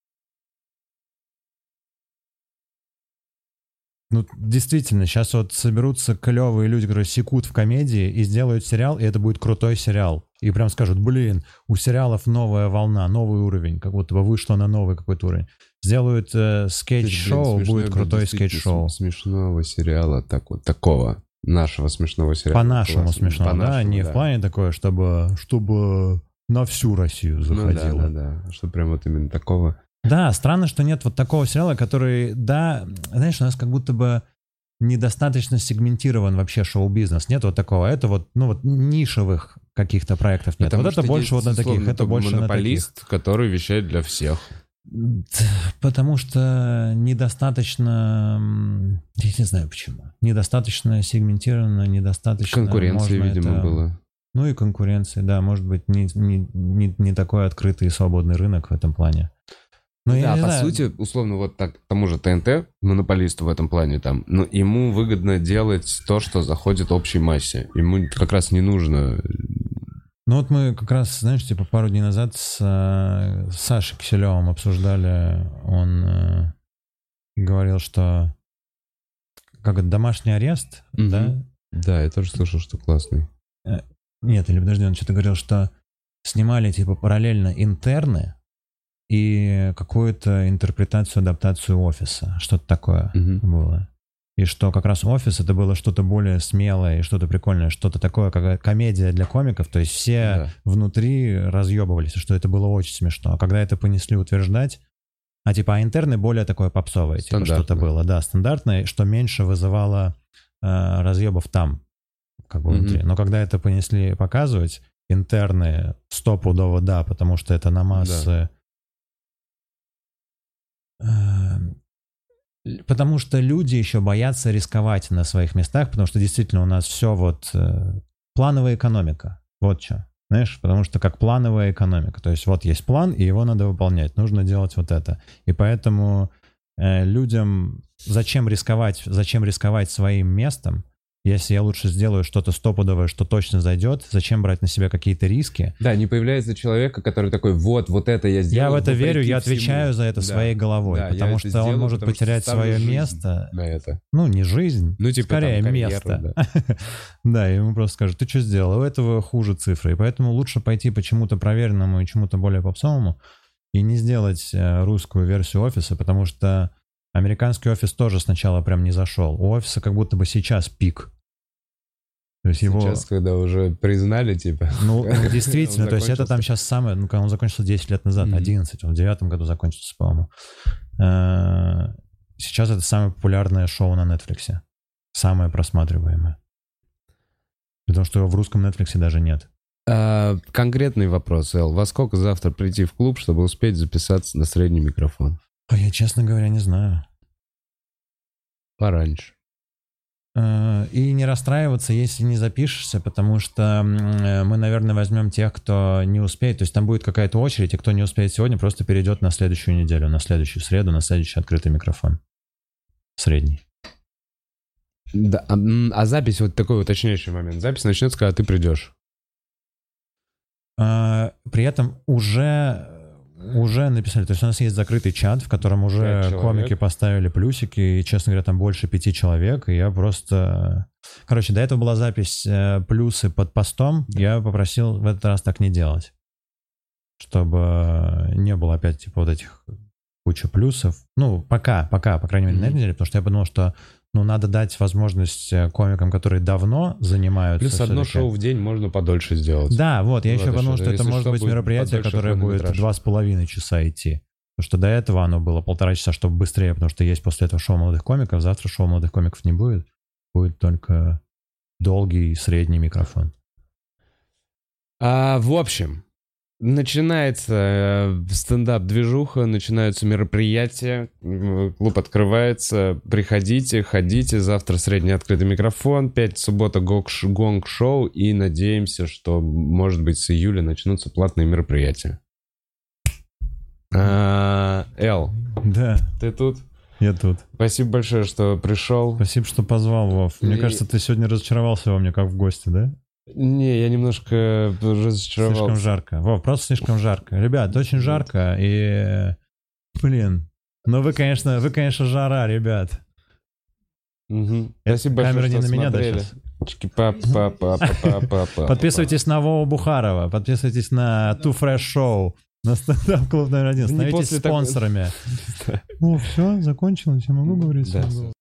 Ну, действительно, сейчас вот соберутся клевые люди, которые секут в комедии и сделают сериал, и это будет крутой сериал. И прям скажут, блин, у сериалов новая волна, новый уровень, как будто бы вышло на новый какой-то уровень. Сделают э, скетч-шоу, Блин, будет смешной крутой действительно скетч-шоу. см- Смешного сериала, так вот, такого. Нашего смешного сериала. По-нашему Классно. смешно, да? По-нашему, Не в плане такое, чтобы, чтобы на всю Россию Ну заходило. да, да, да. Что прям вот именно такого. Да, странно, что нет вот такого сериала, который, да, знаешь, у нас как будто бы недостаточно сегментирован вообще шоу-бизнес. Нет вот такого. Это вот, ну вот нишевых каких-то проектов нет. Потому вот это что больше есть, вот на таких, условно, это больше на таких. монополист, который вещает для всех. Потому что недостаточно, м, я не знаю почему, недостаточно сегментировано, недостаточно... Конкуренции, можно видимо, это- было. Ну и конкуренции, да, может быть, не, не, не, не такой открытый и свободный рынок в этом плане. Но я да, не по знаю. сути, условно, вот так, тому же ТНТ, монополисту в этом плане, там, ну, ему выгодно делать то, что заходит общей массе. Ему как раз не нужно... Ну вот мы как раз, знаешь, типа пару дней назад с, э, с Сашей Киселевым обсуждали, он э, говорил, что как это, домашний арест, Мгм. да? Да, я тоже слышал, что классный. Нет, или подожди, он что-то говорил, что снимали типа параллельно интерны и какую-то интерпретацию, адаптацию офиса, что-то такое Мгм. было. И что как раз офис это было что-то более смелое и что-то прикольное, что-то такое, как комедия для комиков, то есть все Да. внутри разъебывались, что это было очень смешно. А когда это понесли утверждать, а типа а интерны более такое попсовое, типа Стандартное. что-то было, да, стандартное, что меньше вызывало э, разъебов там, как бы Мгм. внутри. Но когда это понесли показывать, интерны стопудово да, потому что это на массы. Эм, Потому что люди еще боятся рисковать на своих местах, потому что действительно у нас все вот э, плановая экономика. Вот что. Знаешь, потому что как плановая экономика. То есть вот есть план, и его надо выполнять. Нужно делать вот это. И поэтому э, людям зачем рисковать, зачем рисковать своим местом, если я лучше сделаю что-то стопудовое, что точно зайдет, зачем брать на себя какие-то риски? Да, не появляется человека, который такой, вот, вот это я сделал. Я в это верю, вопреки я всему. отвечаю за это Да. своей головой, Да, я потому это что сделаю, он может потому что потерять ставлю свое жизнь место. на это. Ну, не жизнь, Ну, типа, скорее там, карьеру, место. да. Да, и ему просто скажут, ты что сделал? У этого хуже цифры. И поэтому лучше пойти по чему-то проверенному и чему-то более попсовому и не сделать э, русскую версию офиса, потому что американский офис тоже сначала прям не зашел. У офиса как будто бы сейчас пик. То есть его... Сейчас, когда уже признали, типа... Ну, ну, действительно, он то есть это там закончился. сейчас самое, ну, когда он закончился десять лет назад, Мгм. одиннадцать, он в девятом году закончился, по-моему. Э, Сейчас это самое популярное шоу на Netflix. Самое просматриваемое. Потому что его в русском Netflix даже нет. А, конкретный вопрос, Эл. Во сколько завтра прийти в клуб, чтобы успеть записаться на средний микрофон? А я, честно говоря, не знаю. Пораньше. Э, И не расстраиваться, если не запишешься, потому что м, мы, наверное, возьмем тех, кто не успеет. То есть там будет какая-то очередь, и кто не успеет сегодня, просто перейдет на следующую неделю, на следующую среду, на следующий открытый микрофон. Средний. Да, а, м, а запись, вот такой уточняющий момент. Запись начнется, когда ты придешь. А, при этом уже, уже написали, то есть у нас есть закрытый чат, в котором уже Пять комики человек. поставили плюсики, и, честно говоря, там больше пяти человек, и я просто... Короче, до этого была запись э, плюсы под постом, я попросил в этот раз так не делать, чтобы не было опять типа вот этих куча плюсов. Ну, пока, пока, по крайней мере, на этой неделе, потому что я подумал, что ну, надо дать возможность э, комикам, которые давно занимаются. Плюс одно всё-таки. шоу в день можно подольше сделать. Да, вот, я Ну, еще это подумал, что, что это если может что, быть будет мероприятие, подольше которое будет хронометраж. два с половиной часа идти. Потому что до этого оно было полтора часа, чтобы быстрее, потому что есть после этого шоу молодых комиков. Завтра шоу молодых комиков не будет. Будет только долгий средний микрофон. А, в общем, начинается э, стендап-движуха, начинаются мероприятия, м, клуб открывается, приходите, ходите, завтра средний открытый микрофон, пять суббота гонг- гонг-шоу, и надеемся, что, может быть, с июля начнутся платные мероприятия. А, Эл, Да, ты тут? я тут. Спасибо большое, что пришел. Спасибо, что позвал, Вов. Мне И- кажется, ты сегодня разочаровался во мне, как в гости, да? Не, я немножко разочаровался. Слишком жарко. Вов, просто слишком жарко. Ребят, очень жарко, и... Блин. Ну вы, конечно, вы, конечно, жара, ребят. Мгм. Это Спасибо большое, камера не что на меня, да, смотрели. сейчас? Чики-па-па-па-па-па-па. Подписывайтесь на Вову Бухарова, подписывайтесь на Too Fresh Show, на стендап-клуб номер один, Да не становитесь после такой- спонсорами. О, все, закончилось, я могу говорить? Да. свой голос?